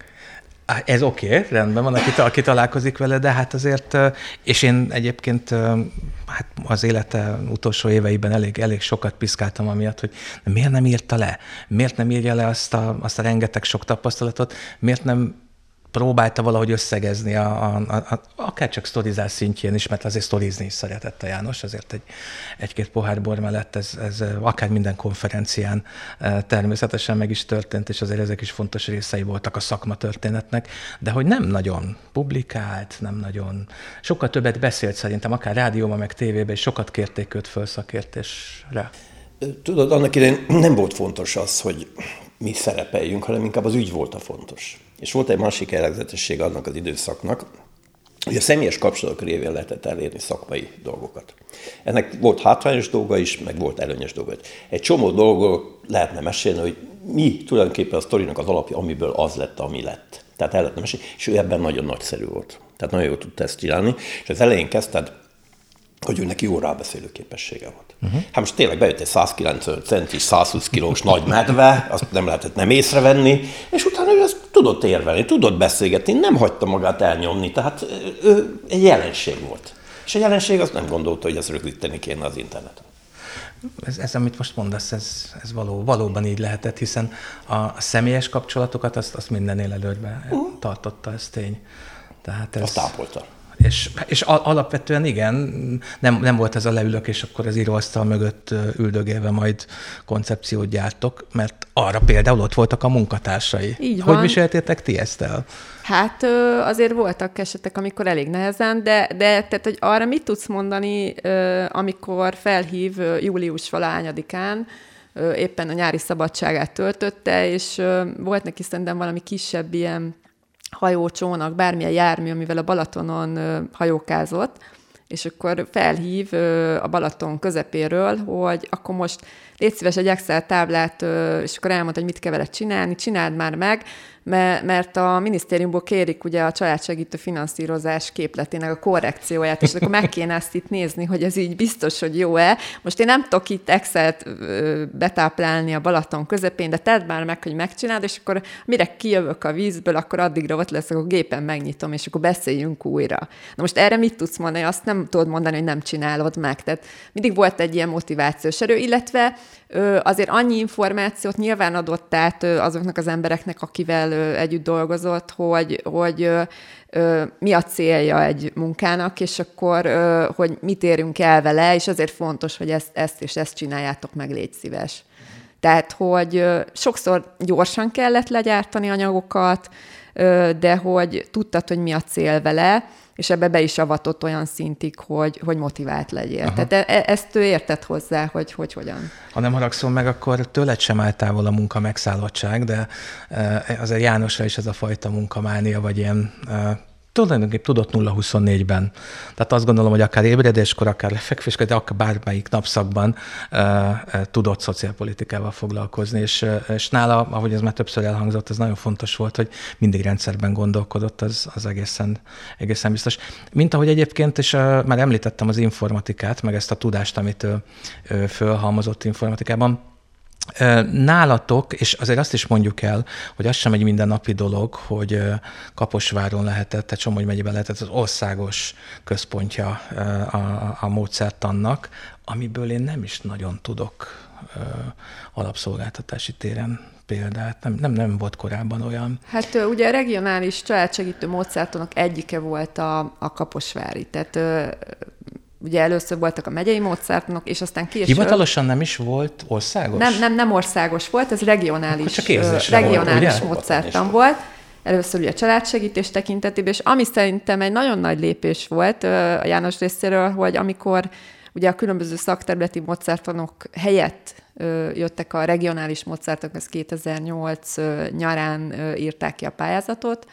Ez oké, rendben van, aki találkozik vele, de hát azért, és én egyébként hát az élete utolsó éveiben elég sokat piszkáltam amiatt, hogy miért nem írta le? Miért nem írja le azt a rengeteg sok tapasztalatot? Miért nem próbálta valahogy összegezni akár csak sztorizás szintjén is, mert azért sztorizni is szeretett a János, azért egy-két pohár bor mellett ez akár minden konferencián természetesen meg is történt, és azért ezek is fontos részei voltak a szakmatörténetnek, de hogy nem nagyon publikált, nem nagyon, sokkal többet beszélt szerintem, akár rádióban, meg tévében, és sokat kérték őt föl szakértésre. Tudod, annak idején nem volt fontos az, hogy mi szerepeljünk, hanem inkább az ügy volt a fontos. És volt egy másik jellegzetesség annak az időszaknak, hogy a személyes kapcsolatok révén lehetett elérni szakmai dolgokat. Ennek volt hátrányos dolga is, meg volt előnyös dolga. Egy csomó dolgot lehetne mesélni, hogy mi tulajdonképpen a sztorinak az alapja, amiből az lett, ami lett. Tehát el lehetne mesélni, és ő ebben nagyon nagyszerű volt. Tehát nagyon jól tudta ezt csinálni, és az elején kezdted, hogy ő neki jó rábeszélő képessége volt. Hát most tényleg bejött egy 195 centis, 120 kilós nagy medve, azt nem lehetett nem észrevenni, és utána ő ezt tudott érvelni, tudott beszélgetni, nem hagyta magát elnyomni, tehát ő egy jelenség volt. És a jelenség azt nem gondolta, hogy ezt rögzíteni kéne az interneten. Ez amit most mondasz, ez valóban így lehetett, hiszen a személyes kapcsolatokat azt mindennél előre tartotta, ez tény. Tehát azt tápolta. És alapvetően igen, nem volt ez a leülök, és akkor az íróasztal mögött üldögélve majd koncepciót gyártok, mert arra például ott voltak a munkatársai. Így van. Hogy viseltétek ti ezt el? Hát azért voltak esetek, amikor elég nehezen, de tehát, hogy arra mit tudsz mondani, amikor felhív július valahányadikán, éppen a nyári szabadságát töltötte, és volt neki szerintem valami kisebb ilyen hajócsónak, bármilyen jármű, amivel a Balatonon hajókázott, és akkor felhív a Balaton közepéről, hogy akkor most légy szíves egy Excel táblát, és akkor elmondta, hogy mit kell vele csinálni, csináld már meg, mert a minisztériumból kérik ugye a családsegítő finanszírozás képletének a korrekcióját, és akkor meg kéne ezt itt nézni, hogy ez így biztos, hogy jó-e. Most én nem tudok itt Excel-t betáplálni a Balaton közepén, de tedd már meg, hogy megcsináld, és akkor mire kijövök a vízből, akkor addigra ott lesz, akkor gépen megnyitom, és akkor beszéljünk újra. Na most erre mit tudsz mondani? Azt nem tudod mondani, hogy nem csinálod meg. Tehát mindig volt egy ilyen motivációs erő, illetve azért annyi információt nyilván adott át azoknak az embereknek, akivel együtt dolgozott, hogy mi a célja egy munkának, és akkor, hogy mit érünk el vele, és azért fontos, hogy ezt és ezt csináljátok meg, légy szíves. Tehát, hogy sokszor gyorsan kellett legyártani anyagokat, de hogy tudtad, hogy mi a cél vele, és ebbe be is avatott olyan szintig, hogy motivált legyél. Aha. Tehát ezt ő értett hozzá, hogy hogyan. Ha nem haragszom meg, akkor tőled sem áll távol a munka megszállottság, de azért Jánosra is ez a fajta munkamánia, vagy ilyen tulajdonképpen tudott 0-24-ben. Tehát azt gondolom, hogy akár ébredéskor, akár lefekvéskor, de akár bármelyik napszakban tudott szociálpolitikával foglalkozni, és nála, ahogy ez már többször elhangzott, ez nagyon fontos volt, hogy mindig rendszerben gondolkodott, az egészen biztos. Mint ahogy egyébként, és már említettem az informatikát, meg ezt a tudást, amit fölhalmozott informatikában, nálatok, és azért azt is mondjuk el, hogy az sem egy mindennapi dolog, hogy Kaposváron lehetett, tehát Somogy megyében lehetett az országos központja a módszertannak, amiből én nem is nagyon tudok alapszolgáltatási téren példát. Nem volt korábban olyan. Hát ugye a regionális családsegítő módszertanok egyike volt a kaposvári. Tehát ugye először voltak a megyei módszertanok, és aztán később... Hivatalosan nem is volt országos? Nem országos volt, ez regionális volt, módszertan volt. Először ugye a családsegítés tekintetében, és ami szerintem egy nagyon nagy lépés volt a János részéről, hogy amikor ugye a különböző szakterületi módszertanok helyett jöttek a regionális módszertanok, ez 2008 nyarán írták ki a pályázatot,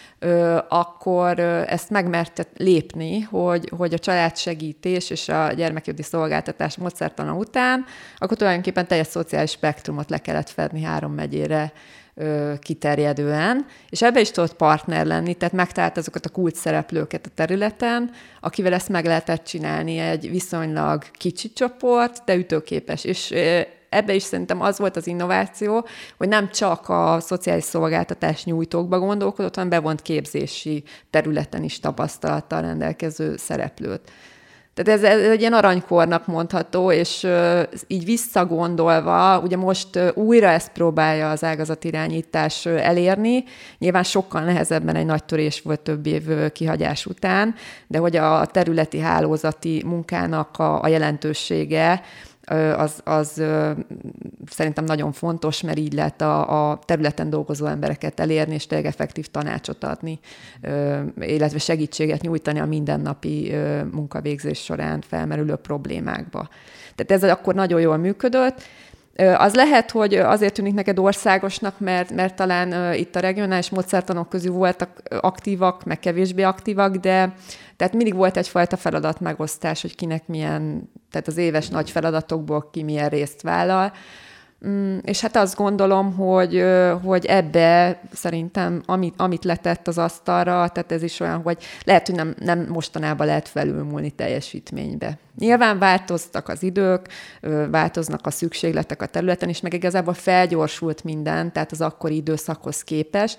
akkor ezt megmerte lépni, hogy a családsegítés és a gyermekjogi szolgáltatás módszertana után, akkor tulajdonképpen teljes szociális spektrumot le kellett fedni 3 megyére kiterjedően, és ebbe is tudott partner lenni, tehát megtalált azokat a kulcs szereplőket a területen, akivel ezt meg lehetett csinálni egy viszonylag kicsi csoport, de ütőképes. És ebbe is szerintem az volt az innováció, hogy nem csak a szociális szolgáltatás nyújtókba gondolkodott, hanem bevont képzési területen is tapasztalattal rendelkező szereplőt. Tehát ez egy ilyen aranykornak mondható, és így visszagondolva, ugye most újra ezt próbálja az ágazatirányítás elérni, nyilván sokkal nehezebben egy nagy törés volt több év kihagyás után, de hogy a területi hálózati munkának a jelentősége, az szerintem nagyon fontos, mert így lehet a területen dolgozó embereket elérni, és tényleg effektív tanácsot adni, illetve segítséget nyújtani a mindennapi munkavégzés során felmerülő problémákba. Tehát ez akkor nagyon jól működött. Az lehet, hogy azért tűnik neked országosnak, mert talán itt a regionális módszertanok közül voltak aktívak, meg kevésbé aktívak, de tehát mindig volt egyfajta feladatmegosztás, hogy kinek milyen, tehát az éves nagy feladatokból ki milyen részt vállal. És hát azt gondolom, hogy ebbe szerintem, amit letett az asztalra, tehát ez is olyan, hogy lehet, hogy nem mostanában lehet felülmúlni teljesítménybe. Nyilván változtak az idők, változnak a szükségletek a területen, és meg igazából felgyorsult minden, tehát az akkori időszakhoz képest.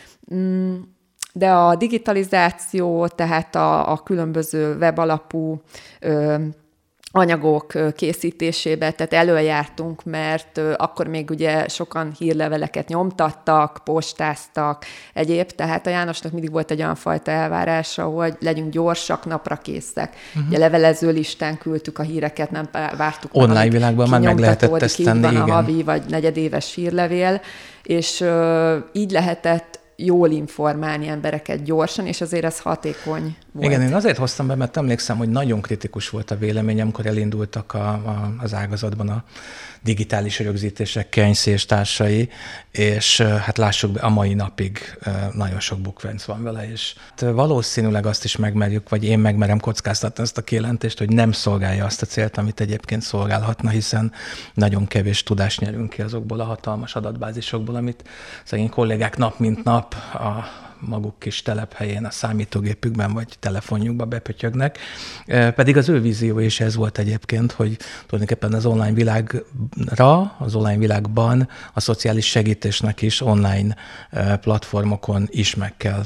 De a digitalizáció, tehát a különböző webalapú anyagok készítésébe, tehát előjártunk, mert akkor még ugye sokan hírleveleket nyomtattak, postáztak, egyéb, tehát a Jánosnak mindig volt egy olyan fajta elvárása, hogy legyünk gyorsak, napra készek. Ugye levelező listán küldtük a híreket, nem vártuk. Online világban már meg lehetett ezt tenni, igen. A havi vagy negyedéves hírlevél, és így lehetett jól informálni embereket gyorsan, és azért ez hatékony volt. Igen, én azért hoztam be, mert emlékszem, hogy nagyon kritikus volt a vélemény, amikor elindultak az ágazatban a digitális rögzítések, Kenysz és társai, és hát lássuk be, a mai napig nagyon sok bukfenc van vele, és valószínűleg azt is megmerjük, vagy én megmerem kockáztatni ezt a kijelentést, hogy nem szolgálja azt a célt, amit egyébként szolgálhatna, hiszen nagyon kevés tudást nyerünk ki azokból a hatalmas adatbázisokból, amit szegény kollégák nap mint nap a maguk kis telephelyén, a számítógépükben vagy telefonjukban bepötyögnek. Pedig az ő vízió is ez volt egyébként, hogy tulajdonképpen az online világban a szociális segítésnek is online platformokon is meg kell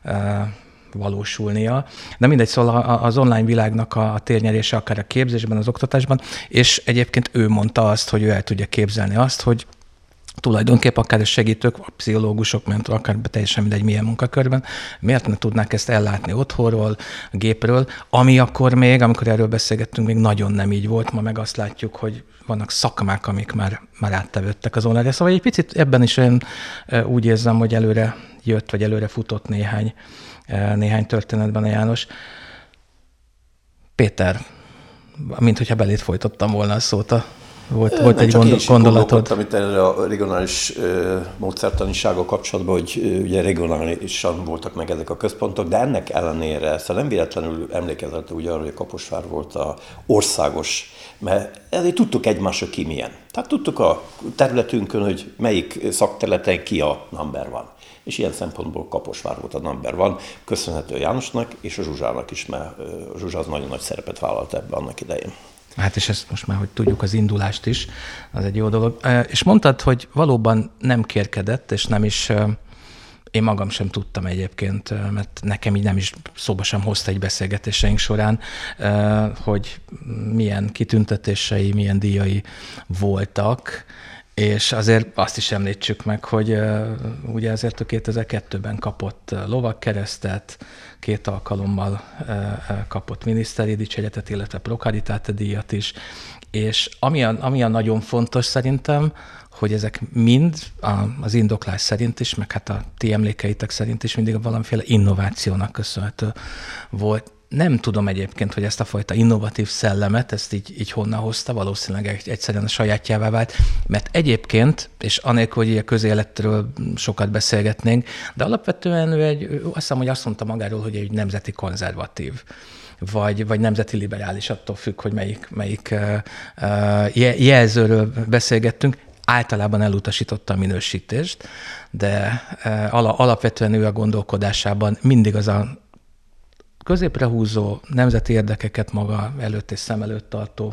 valósulnia. De mindegy, szóval az online világnak a térnyerése akár a képzésben, az oktatásban, és egyébként ő mondta azt, hogy ő el tudja képzelni azt, hogy tulajdonképpen akár a segítők, a pszichológusok, mentor, akár teljesen mindegy milyen munkakörben, miért ne tudnák ezt ellátni otthonról, a gépről, ami akkor még, amikor erről beszélgettünk, még nagyon nem így volt, ma meg azt látjuk, hogy vannak szakmák, amik már áttevődtek az online-re. Szóval egy picit ebben is én úgy érzem, hogy előre jött, vagy előre futott néhány történetben a János. Péter, minthogyha belét folytottam volna a szót, volt egy gondolatod. Amit erre a regionális módszertanisággal kapcsolatban, hogy ugye regionálisan voltak meg ezek a központok, de ennek ellenére, szóval nem véletlenül emlékezett ugye arra, hogy Kaposvár volt a országos, mert ezért tudtuk egymásra ki milyen. Tehát tudtuk a területünkön, hogy melyik szakterületen ki a number one. És ilyen szempontból Kaposvár volt a number one, köszönhető Jánosnak és a Zsuzsának is, mert a Zsuzsa az nagyon nagy szerepet vállalt ebben annak idején. Hát és ezt most már, hogy tudjuk az indulást is, az egy jó dolog. És mondtad, hogy valóban nem kérkedett, és nem is, én magam sem tudtam egyébként, mert nekem így nem is szóba sem hozta egy beszélgetéseink során, hogy milyen kitüntetései, milyen díjai voltak. És azért azt is említsük meg, hogy ugye ezért a 2002-ben kapott lovagkeresztet, 2 alkalommal kapott miniszteri dicséretet, illetve Pro Caritate díjat is, és ami a nagyon fontos szerintem, hogy ezek mind az indoklás szerint is, meg hát a ti emlékeitek szerint is mindig valamiféle innovációnak köszönhető volt. Nem tudom egyébként, hogy ezt a fajta innovatív szellemet, ezt így honnan hozta, valószínűleg egyszerűen a sajátjává vált, mert egyébként, és anélkül, hogy a közéletről sokat beszélgetnénk, de alapvetően azt hiszem, hogy azt mondta magáról, hogy egy nemzeti konzervatív, vagy nemzeti liberális, attól függ, hogy melyik jelzőről beszélgettünk. Általában elutasította a minősítést, de alapvetően ő a gondolkodásában mindig az a középre húzó, nemzeti érdekeket maga előtt és szem előtt tartó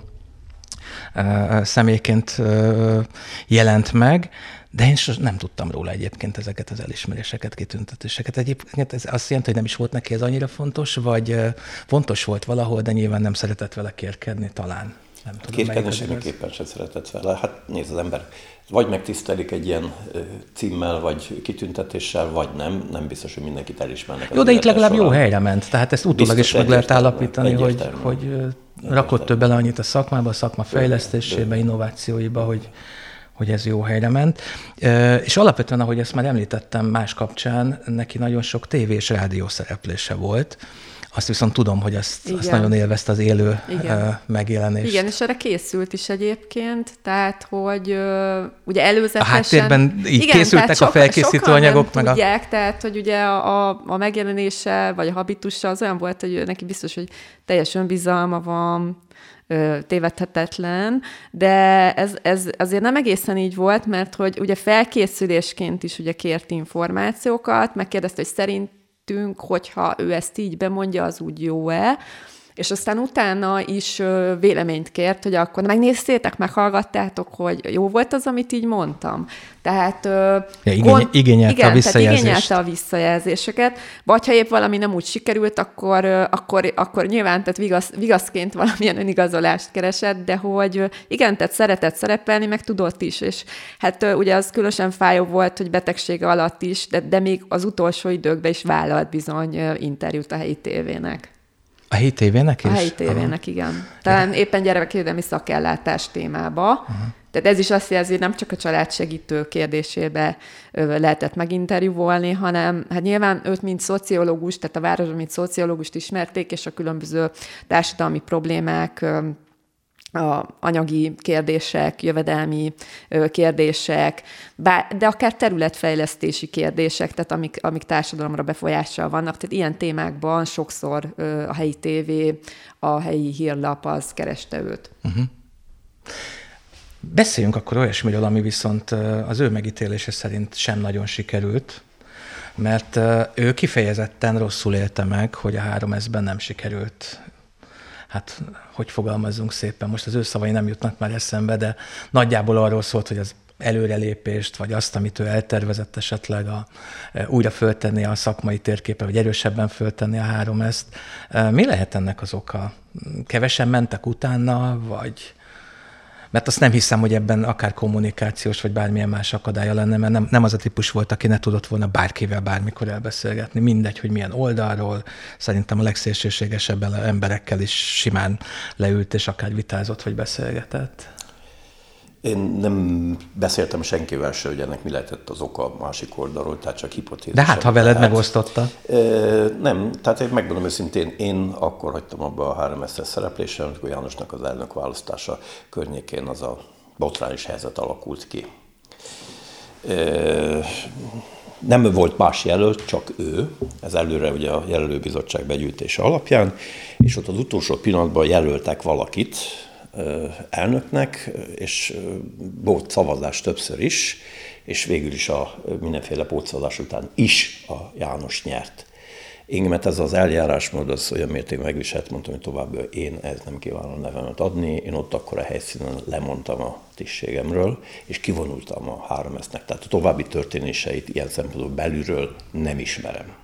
személyként jelent meg, de én nem tudtam róla egyébként ezeket az elismeréseket, kitüntetéseket. Egyébként ez azt jelenti, hogy nem is volt neki ez annyira fontos, vagy fontos volt valahol, de nyilván nem szeretett vele kérkedni talán. Nem tudom, kérkedni semmiképpen sem szeretett vele. Hát nézd, az ember vagy megtisztelik egy ilyen címmel, vagy kitüntetéssel, vagy nem. Nem biztos, hogy mindenkit elismernek. Jó, de itt legalább jó helyre ment. Tehát ezt utólag is meg lehet állapítani, hogy rakott több bele annyit a szakmába, a szakma fejlesztésébe, innovációiba, hogy ez jó helyre ment. És alapvetően, ahogy ezt már említettem más kapcsán, neki nagyon sok tévé és rádió szereplése volt. Azt viszont tudom, hogy azt nagyon élvezte az élő megjelenést. Igen, és erre készült is egyébként, tehát, hogy ugye előzetesen... A háttérben így készültek a felkészítő anyagok, meg tudják, tehát, hogy ugye a megjelenése, vagy a habitusa az olyan volt, hogy neki biztos, hogy teljes önbizalma van, tévedhetetlen, de ez azért nem egészen így volt, mert hogy ugye felkészülésként is ugye kért információkat, megkérdezte, hogy szerintünk, hogyha ő ezt így bemondja, az úgy jó-e, és aztán utána is véleményt kért, hogy akkor megnéztétek, meghallgattátok, hogy jó volt az, amit így mondtam. Tehát igényelte a visszajelzést. Igényelte a visszajelzéseket, vagy ha épp valami nem úgy sikerült, akkor nyilván tehát vigaszként valamilyen önigazolást keresett, de hogy igen, tehát szeretett szerepelni, meg tudott is, és hát ugye az különösen fájó volt, hogy betegsége alatt is, de még az utolsó időkben is vállalt bizony interjút a helyi tévének. A helyi tévének is? A helyi tévének, igen. Talán éppen gyerekvédelmi szakellátás témába. Tehát ez is azt jelzi, hogy nem csak a családsegítő kérdésébe lehetett meginterjúvolni, hanem hát nyilván őt, mint szociológus, tehát a városban, mint szociológust ismerték, és a különböző társadalmi problémák, a anyagi kérdések, jövedelmi kérdések, de akár területfejlesztési kérdések, tehát amik társadalomra befolyással vannak. Tehát ilyen témákban sokszor a helyi tévé, a helyi hírlap az kereste őt. Beszéljünk akkor olyasmiről, ami viszont az ő megítélése szerint sem nagyon sikerült, mert ő kifejezetten rosszul élte meg, hogy a 3S-ben nem sikerült. Hát, hogy fogalmazzunk szépen, most az ő szavai nem jutnak már eszembe, de nagyjából arról szólt, hogy az előrelépést, vagy azt, amit ő eltervezett esetleg újra föltenni a szakmai térképre, vagy erősebben föltenni a 3S-t. Mi lehet ennek az oka? Kevesen mentek utána, vagy... Mert azt nem hiszem, hogy ebben akár kommunikációs, vagy bármilyen más akadálya lenne, mert nem az a típus volt, aki ne tudott volna bárkivel bármikor elbeszélgetni. Mindegy, hogy milyen oldalról, szerintem a legszélsőségesebb emberekkel is simán leült, és akár vitázott, vagy beszélgetett. Én nem beszéltem senkivel se, hogy ennek mi lehetett az oka a másik oldalról, tehát csak hipotézis. De hát, ha veled megosztotta. Nem, tehát én megmondom őszintén, én akkor hagytam abba a 3S-es szerepléssel, amikor Jánosnak az elnök választása környékén az a botrányos helyzet alakult ki. Nem volt más jelölt, csak ő, ez előre ugye a jelölőbizottság begyűjtése alapján, és ott az utolsó pillanatban jelöltek valakit, elnöknek, és volt szavazás többször is, és végül is a mindenféle pótszavazás után is a János nyert. Engemet ez az eljárásmód az olyan mértékben megviselt, mondtam, hogy tovább én ez nem kívánom nevemet adni. Én ott akkor a helyszínen lemondtam a tisztségemről, és kivonultam a 3S-nek. Tehát a további történéseit ilyen szempontból belülről nem ismerem.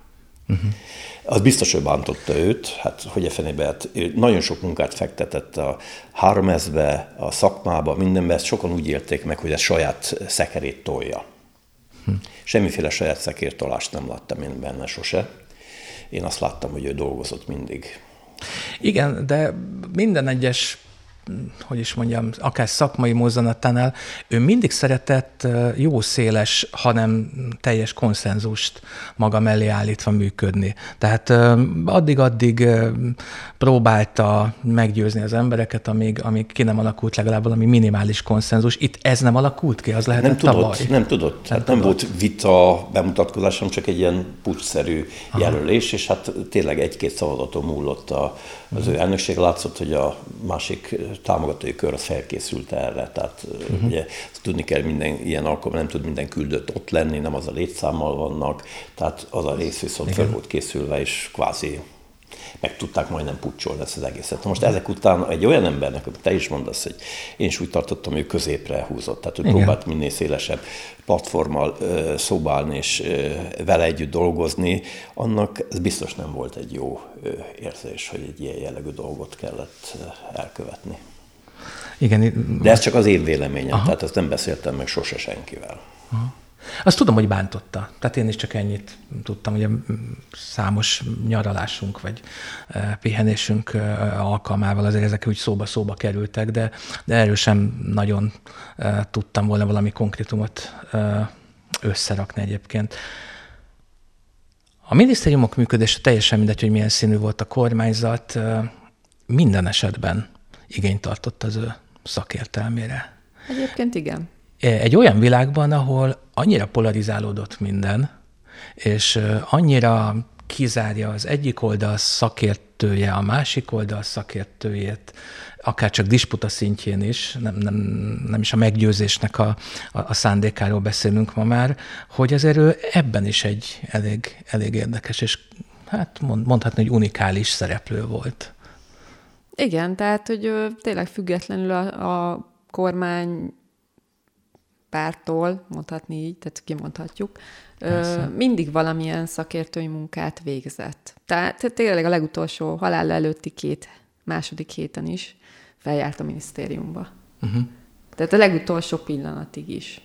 Az biztos, hogy bántotta őt, hát hogy a fenébe, hát nagyon sok munkát fektetett a 3S-be, a szakmába, mindenbe, ezt sokan úgy élték meg, hogy ez saját szekerét tolja. Semmiféle saját szekértolást nem láttam én benne sose. Én azt láttam, hogy ő dolgozott mindig. Igen, de minden egyes, hogy is mondjam, akár szakmai mozzanatánál, ő mindig szeretett jó széles, hanem teljes konszenzust maga mellé állítva működni. Tehát addig próbálta meggyőzni az embereket, amíg ki nem alakult legalább valami minimális konszenzus. Itt ez nem alakult ki, az lehetett tavaly. Nem tudott. Hát nem volt vita bemutatkozás, hanem csak egy ilyen pucszerű jelölés, és hát tényleg egy-két szavazaton múlott az ő elnökség. Látszott, hogy a másik támogatói kör az felkészült erre. Tehát ugye tudni kell, minden ilyen alkalommal nem tud minden küldött ott lenni, nem az a létszámmal vannak, tehát az a rész viszont fel volt készülve, és kvázi meg tudták majdnem pucsolni ezt az egészet. Most ezek után egy olyan embernek, amit te is mondasz, hogy én is úgy tartottam, hogy ő középre húzott, tehát ő próbált minél szélesebb platformmal szobálni és vele együtt dolgozni, annak ez biztos nem volt egy jó érzés, hogy egy ilyen jellegű dolgot kellett elkövetni. Igen. De ez csak az én véleményem, tehát ezt nem beszéltem meg sose senkivel. Aha. Azt tudom, hogy bántotta. Tehát én is csak ennyit tudtam, hogy számos nyaralásunk vagy pihenésünk alkalmával azért ezek úgy szóba kerültek, de erről sem nagyon tudtam volna valami konkrétumot összerakni egyébként. A minisztériumok működése teljesen mindegy, hogy milyen színű volt a kormányzat, minden esetben igényt tartott az ő szakértelmére. Egyébként igen. Egy olyan világban, ahol annyira polarizálódott minden, és annyira kizárja az egyik oldal szakértője a másik oldal szakértőjét, akár csak disputa szintjén is, nem is a meggyőzésnek a szándékáról beszélünk ma már, hogy azért ő ebben is egy elég érdekes, és hát mondhatni, hogy unikális szereplő volt. Igen, tehát, hogy tényleg függetlenül a kormány pártól, mondhatni így, tehát kimondhatjuk, mindig valamilyen szakértői munkát végzett. Tehát tényleg a legutolsó halál előtti második héten is feljárt a minisztériumba. Tehát a legutolsó pillanatig is.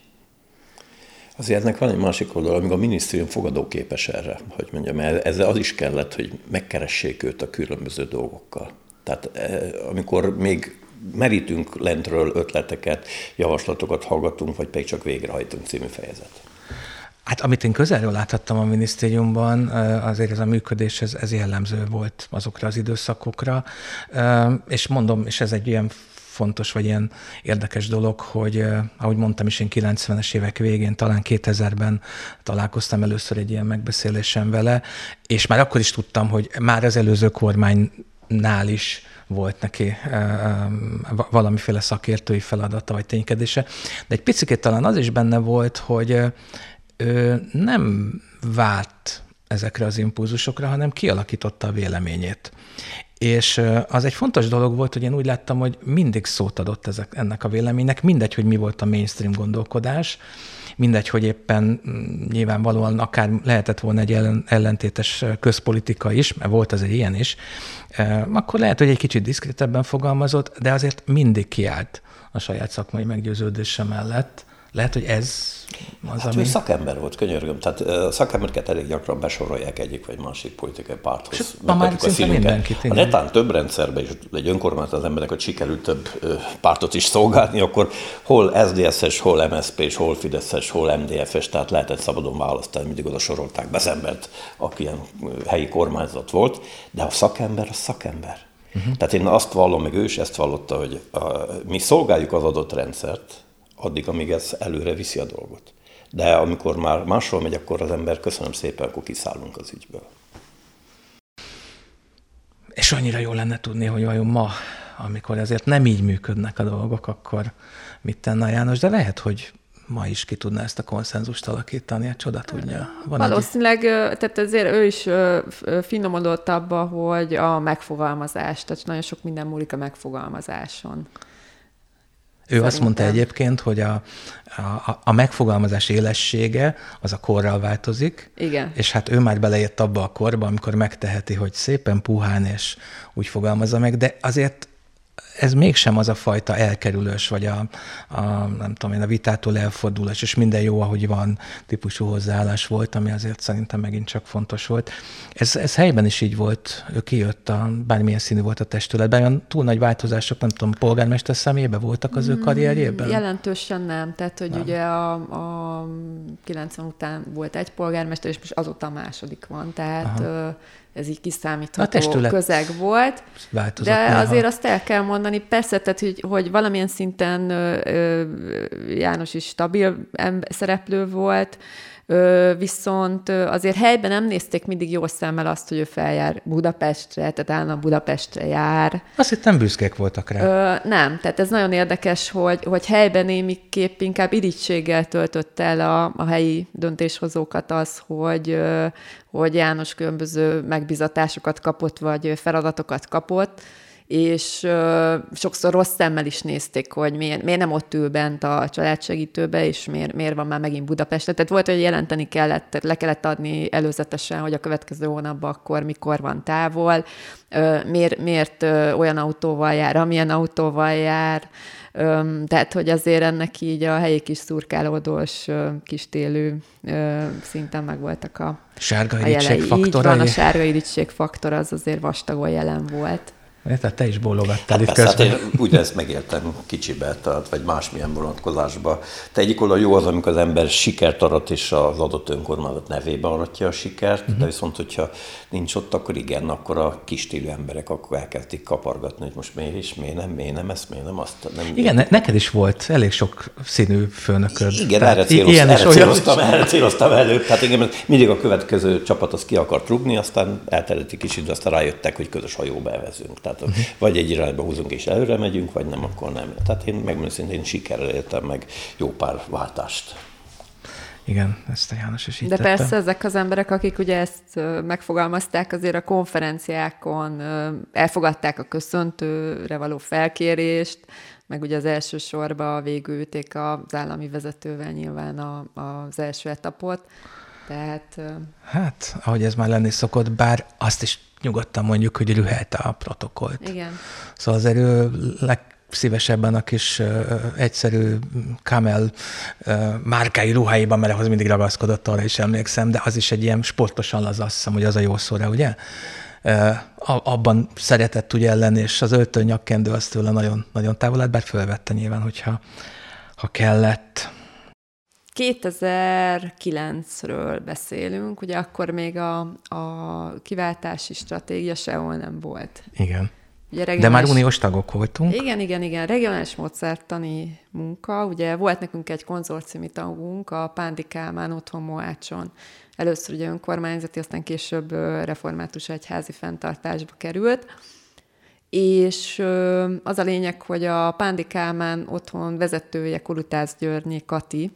Azért ennek van egy másik oldal, amíg a minisztérium fogadóképes erre, hogy mondjam, ezzel az is kellett, hogy megkeressék őt a különböző dolgokkal. Tehát amikor még merítünk lentről ötleteket, javaslatokat hallgatunk, vagy pedig csak végrehajtunk című fejezet. Hát amit én közelről láthattam a minisztériumban, azért ez a működés, ez jellemző volt azokra az időszakokra, és mondom, és ez egy ilyen fontos, vagy ilyen érdekes dolog, hogy ahogy mondtam is, én 90-es évek végén, talán 2000-ben találkoztam először egy ilyen megbeszélésen vele, és már akkor is tudtam, hogy már az előző kormánynál is volt neki valamiféle szakértői feladata vagy ténykedése, de egy picit talán az is benne volt, hogy ő nem várt ezekre az impulzusokra, hanem kialakította a véleményét. És az egy fontos dolog volt, hogy én úgy láttam, hogy mindig szót adott ennek a véleménynek, mindegy, hogy mi volt a mainstream gondolkodás, mindegy, hogy éppen nyilvánvalóan akár lehetett volna egy ellentétes közpolitika is, mert volt azért ilyen is, akkor lehet, hogy egy kicsit diszkrétebben fogalmazott, de azért mindig kiállt a saját szakmai meggyőződése mellett. Lehet, hogy ez az, hát ami... ő szakember volt, könyörgöm. Tehát a szakembereket elég gyakran besorolják egyik vagy másik politikai párthoz. Ma már szinte mindenkit. Ha netán több rendszerben, és egy önkormányzat az embernek, hogy sikerült több pártot is szolgálni, akkor hol SZDSZ-es, hol MSZP-s, hol Fideszes, hol MDF-es, tehát lehetett szabadon választani, mindig oda sorolták be az embert, aki ilyen helyi kormányzat volt, de a szakember az szakember. Tehát én azt vallom, meg ő is ezt vallotta, hogy mi szolgáljuk az adott rendszert, addig, amíg ez előre viszi a dolgot. De amikor már máshol megy, akkor az ember, köszönöm szépen, akkor kiszállunk az ügyből. És annyira jó lenne tudni, hogy vajon ma, amikor azért nem így működnek a dolgok, akkor mit tenne a János, de lehet, hogy ma is ki tudná ezt a konszenzust alakítani, a csoda tudja. Valószínűleg, tehát azért ő is finomodott abba, hogy a megfogalmazás, tehát nagyon sok minden múlik a megfogalmazáson. Ő azt mondta egyébként, hogy a megfogalmazás élessége az a korral változik. Igen. És hát ő már beleért abba a korba, amikor megteheti, hogy szépen puhán és úgy fogalmazza meg, de azért ez mégsem az a fajta elkerülős, vagy nem tudom én, a vitától elfordulás, és minden jó, ahogy van típusú hozzáállás volt, ami azért szerintem megint csak fontos volt. Ez helyben is így volt, ő kijött, bármilyen színű volt a testületben, olyan túl nagy változások, nem tudom, polgármester szemébe voltak az ő karrierjében? Jelentősen nem, tehát hogy nem. Ugye a 90 után volt egy polgármester, és most azóta a második van, tehát ez így kiszámítható közeg volt. De néha. Azért azt el kell mondani, persze, tehát, hogy valamilyen szinten János is stabil szereplő volt, viszont azért helyben nem nézték mindig jó szemmel azt, hogy ő feljár Budapestre, tehát állandóan Budapestre jár. Azt hittem büszkék voltak rá. Nem, tehát ez nagyon érdekes, hogy helyben némiképp inkább irigységgel töltött el a helyi döntéshozókat az, hogy János különböző megbizatásokat kapott, vagy feladatokat kapott, és sokszor rossz szemmel is nézték, hogy miért nem ott ül bent a családsegítőbe, és miért van már megint Budapesten. Tehát volt, hogy jelenteni kellett, le kellett adni előzetesen, hogy a következő hónapban akkor mikor van távol, miért olyan autóval jár, amilyen autóval jár. Tehát, hogy azért ennek így a helyi kis szurkálódós, kistélő szinten megvoltak a sárga irigység faktora. Így van, a sárga irigység faktor az azért vastagon jelen volt. Tehát te is bólogattál itt közben. Hát én úgy ezt megéltem kicsibe, vagy másmilyen vonatkozásban. Te egyik oldal jó az, amikor az ember sikert arat, és az adott önkormányzat nevébe aratja a sikert, de viszont, hogyha nincs ott, akkor igen, akkor a kistílű emberek akkor elkezdik kapargatni, hogy most miért nem ezt, miért nem azt. Nem, igen, neked is volt elég sok színű főnököd. Igen, erre céloztam előbb. Hát igen, mindig a következő csapat az ki akart rúgni, aztán eltelett egy kicsit, de aztán rájöttek, hogy közös hajóba elvezünk. Tehát vagy egy irányba húzunk és előre megyünk, vagy nem, akkor nem. Tehát én megmondom szintén sikerrel éltem meg jó pár váltást. Igen, ezt a János is így de tette. persze ezek az emberek, akik ugye ezt megfogalmazták, azért a konferenciákon elfogadták a köszöntőre való felkérést, meg ugye az első sorba végülték az állami vezetővel nyilván az első etapot. Tehát... Hát, ahogy ez már lenni szokott, bár azt is nyugodtan mondjuk, hogy rühelte a protokollt. Igen. Szóval azért ő legszívesebben a kis egyszerű Camel márkái ruháiban, mert ahhoz mindig ragaszkodott, arra is emlékszem, de az is egy ilyen sportosan laza, azt hiszem, hogy az a jó szóra, ugye? Abban szeretett ugye lenni, és az öltő nyakkendő az tőle nagyon, nagyon távol állt, bár fölvette nyilván, hogyha kellett. 2009-ről beszélünk, ugye akkor még a kiváltási stratégia sehol nem volt. Igen. Ugye de már uniós tagok voltunk. Igen. Regionális módszertani munka. Ugye volt nekünk egy konzorciumi tagunk, a Pándi Kálmán otthon Mohácson. Először ugye önkormányzati, aztán később református egyházi fenntartásba került. És az a lényeg, hogy a Pándi Kálmán otthon vezetője, Kolutász Györnyi Kati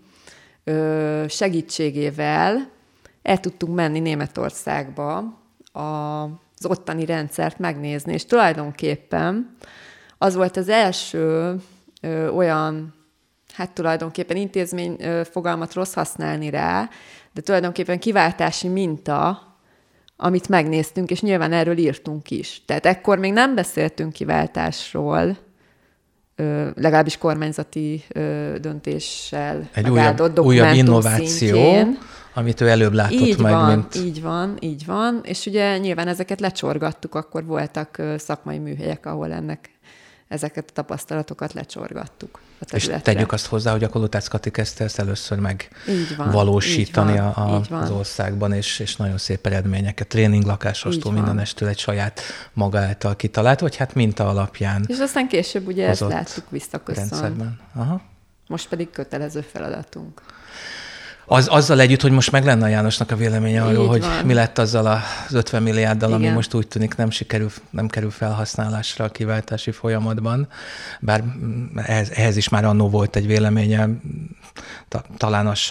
segítségével el tudtunk menni Németországba az ottani rendszert megnézni, és tulajdonképpen az volt az első olyan, hát tulajdonképpen intézmény fogalmat rossz használni rá, de tulajdonképpen kiváltási minta, amit megnéztünk, és nyilván erről írtunk is. Tehát ekkor még nem beszéltünk kiváltásról, legalábbis kormányzati döntéssel megáldott dokumentum innováció, szintjén. Amit ő előbb látott mint... Így van, és ugye nyilván ezeket lecsorgattuk, akkor voltak szakmai műhelyek, ahol ezeket a tapasztalatokat lecsorgattuk a területre. És tegyük azt hozzá, hogy a Kolutász Kati kezdte ezt először megvalósítani az országban, és nagyon szép eredményeket, tréninglakásostól mindenestől egy saját maga által kitalált, vagy hát minta alapján. És aztán később ugye ezt láttuk visszaköszön. Aha. Most pedig kötelező feladatunk. Azzal együtt, hogy most meg lenne a Jánosnak a véleménye arról, hogy mi lett azzal az 50 milliárddal, ami most úgy tűnik nem kerül felhasználásra a kiváltási folyamatban, bár ehhez is már annó volt egy véleménye, talán az sem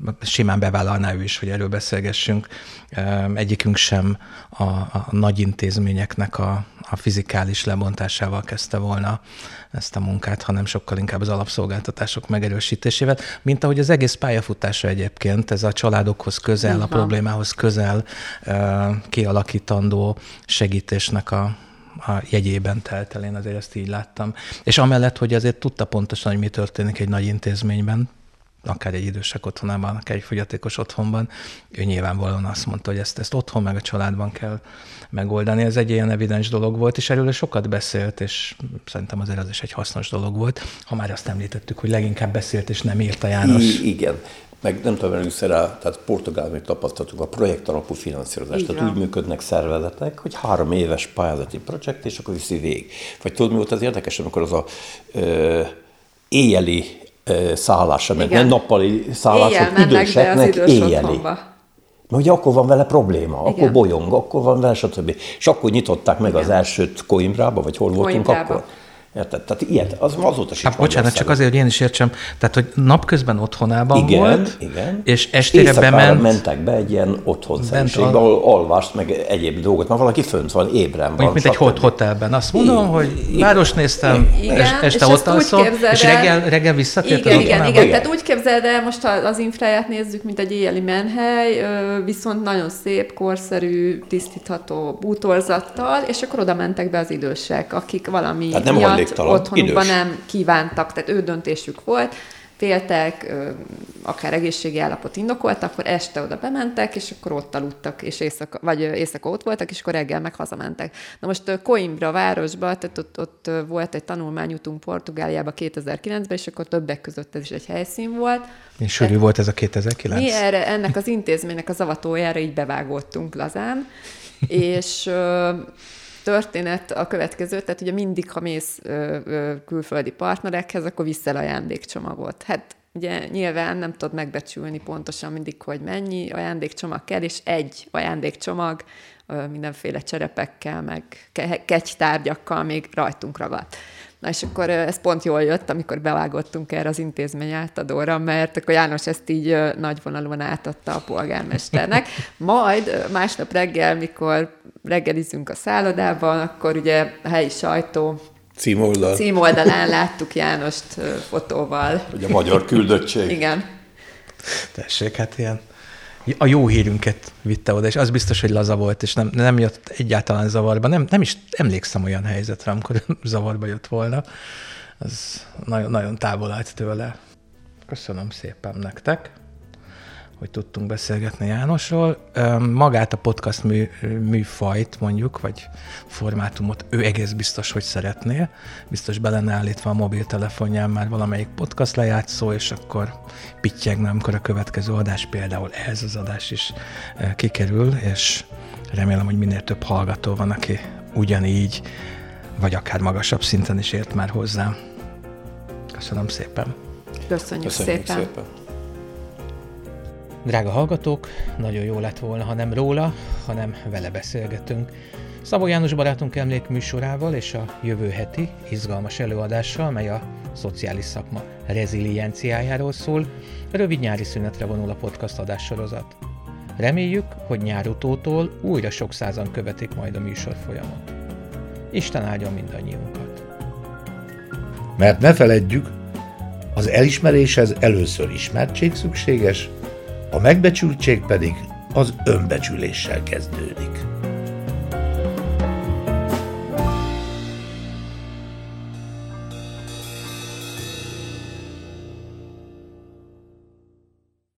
simán bevállalná ő is, hogy erről beszélgessünk. Egyikünk sem a nagy intézményeknek a fizikális lebontásával kezdte volna ezt a munkát, hanem sokkal inkább az alapszolgáltatások megerősítésével, mint ahogy az egész pályafutása egyébként, ez a családokhoz közel, a problémához közel kialakítandó segítésnek a jegyében telt el, én azért ezt így láttam. És amellett, hogy azért tudta pontosan, hogy mi történik egy nagy intézményben, akár egy idősek otthonában, akár egy fogyatékos otthonban, ő nyilvánvalóan azt mondta, hogy ezt otthon meg a családban kell megoldani. Ez egy ilyen evidens dolog volt, és erről sokat beszélt, és szerintem azért az is egy hasznos dolog volt. Ha már azt említettük, hogy leginkább beszélt, és nem írta János. Igen. Meg nem tudom, először tehát Portugálban tapasztaltuk a projekt alapú finanszírozást. Tehát úgy működnek szervezetek, hogy 3 éves pályázati projekt, és akkor viszi végig. Vagy tudod, mi volt az érdekes, amikor az éjjeli szállása, mert nem nappali szállások időseknek éjjeli. Mert ugye akkor van vele probléma, igen. Akkor bolyong, akkor van vele, stb. És akkor nyitották meg az elsőt Coimbrába, vagy hol voltunk akkor. Érted? Tehát ilyet, azóta sem. Bocsánat, csak azért, hogy én is értsem. Tehát, hogy napközben otthonában volt, igen. És estére mentek be egy ilyen otthonszerűségbe, ahol alvást, meg egyéb dolgot, mert valaki fönt van, ébren van. Mint egy hotelben. Azt mondom, hogy város néztem, este ott alszol, és reggel visszatért az otthonában. Igen, tehát úgy képzeld el, most az infráját nézzük, mint egy éjjeli menhely, viszont nagyon szép, korszerű, tisztítható bútorzattal, és akkor oda mentek be az idősek, akik valami miatt otthonukban nem kívántak, tehát ő döntésük volt, féltek, akár egészségi állapot indokolt, akkor este oda bementek, és akkor ott aludtak, és éjszaka ott voltak, és akkor reggel meg hazamentek. Na most Coimbra városban, tehát ott volt egy tanulmányútunk Portugáliába 2009-ben, és akkor többek között ez is egy helyszín volt. És sűrű volt ez a 2009? Mi ennek az intézménynek az avatójára így bevágódtunk lazán, és történet a következő, tehát ugye mindig, ha mész külföldi partnerekhez, akkor viszel ajándékcsomagot. Hát ugye nyilván nem tudod megbecsülni pontosan mindig, hogy mennyi ajándékcsomag kell, és egy ajándékcsomag mindenféle cserepekkel, meg kegytárgyakkal még rajtunk ragadt. Na és akkor ez pont jól jött, amikor bevágottunk erre az intézmény átadóra, mert akkor János ezt így nagyvonalúan átadta a polgármesternek. Majd másnap reggel, mikor reggelizünk a szállodában, akkor ugye a helyi sajtó címoldalán láttuk Jánost fotóval. Ugye a magyar küldöttség. Igen. Tessék, hát ilyen a jó hírünket vitte oda, és az biztos, hogy laza volt, és nem jött egyáltalán zavarba. Nem is emlékszem olyan helyzetre, amikor zavarba jött volna. Az nagyon, nagyon távol állt tőle. Köszönöm szépen nektek, hogy tudtunk beszélgetni Jánosról. Magát a podcast műfajt mondjuk, vagy formátumot ő egész biztos, hogy szeretné. Biztos be lenne állítva a mobiltelefonján már valamelyik podcast lejátszó, és akkor pittyegne, amikor a következő adás, például ez az adás is kikerül, és remélem, hogy minél több hallgató van, aki ugyanígy, vagy akár magasabb szinten is ért már hozzám. Köszönöm szépen. Köszönjük szépen. Drága hallgatók, nagyon jó lett volna, ha nem róla, hanem vele beszélgetünk. Szabó János barátunk emlékműsorával és a jövő heti izgalmas előadással, mely a szociális szakma rezilienciájáról szól, rövid nyári szünetre vonul a podcast adássorozat. Reméljük, hogy nyárutótól újra sok százan követik majd a műsorfolyamot. Isten áldjon mindannyiunkat! Mert ne feledjük, az elismeréshez először ismertség szükséges, a megbecsültség pedig az önbecsüléssel kezdődik.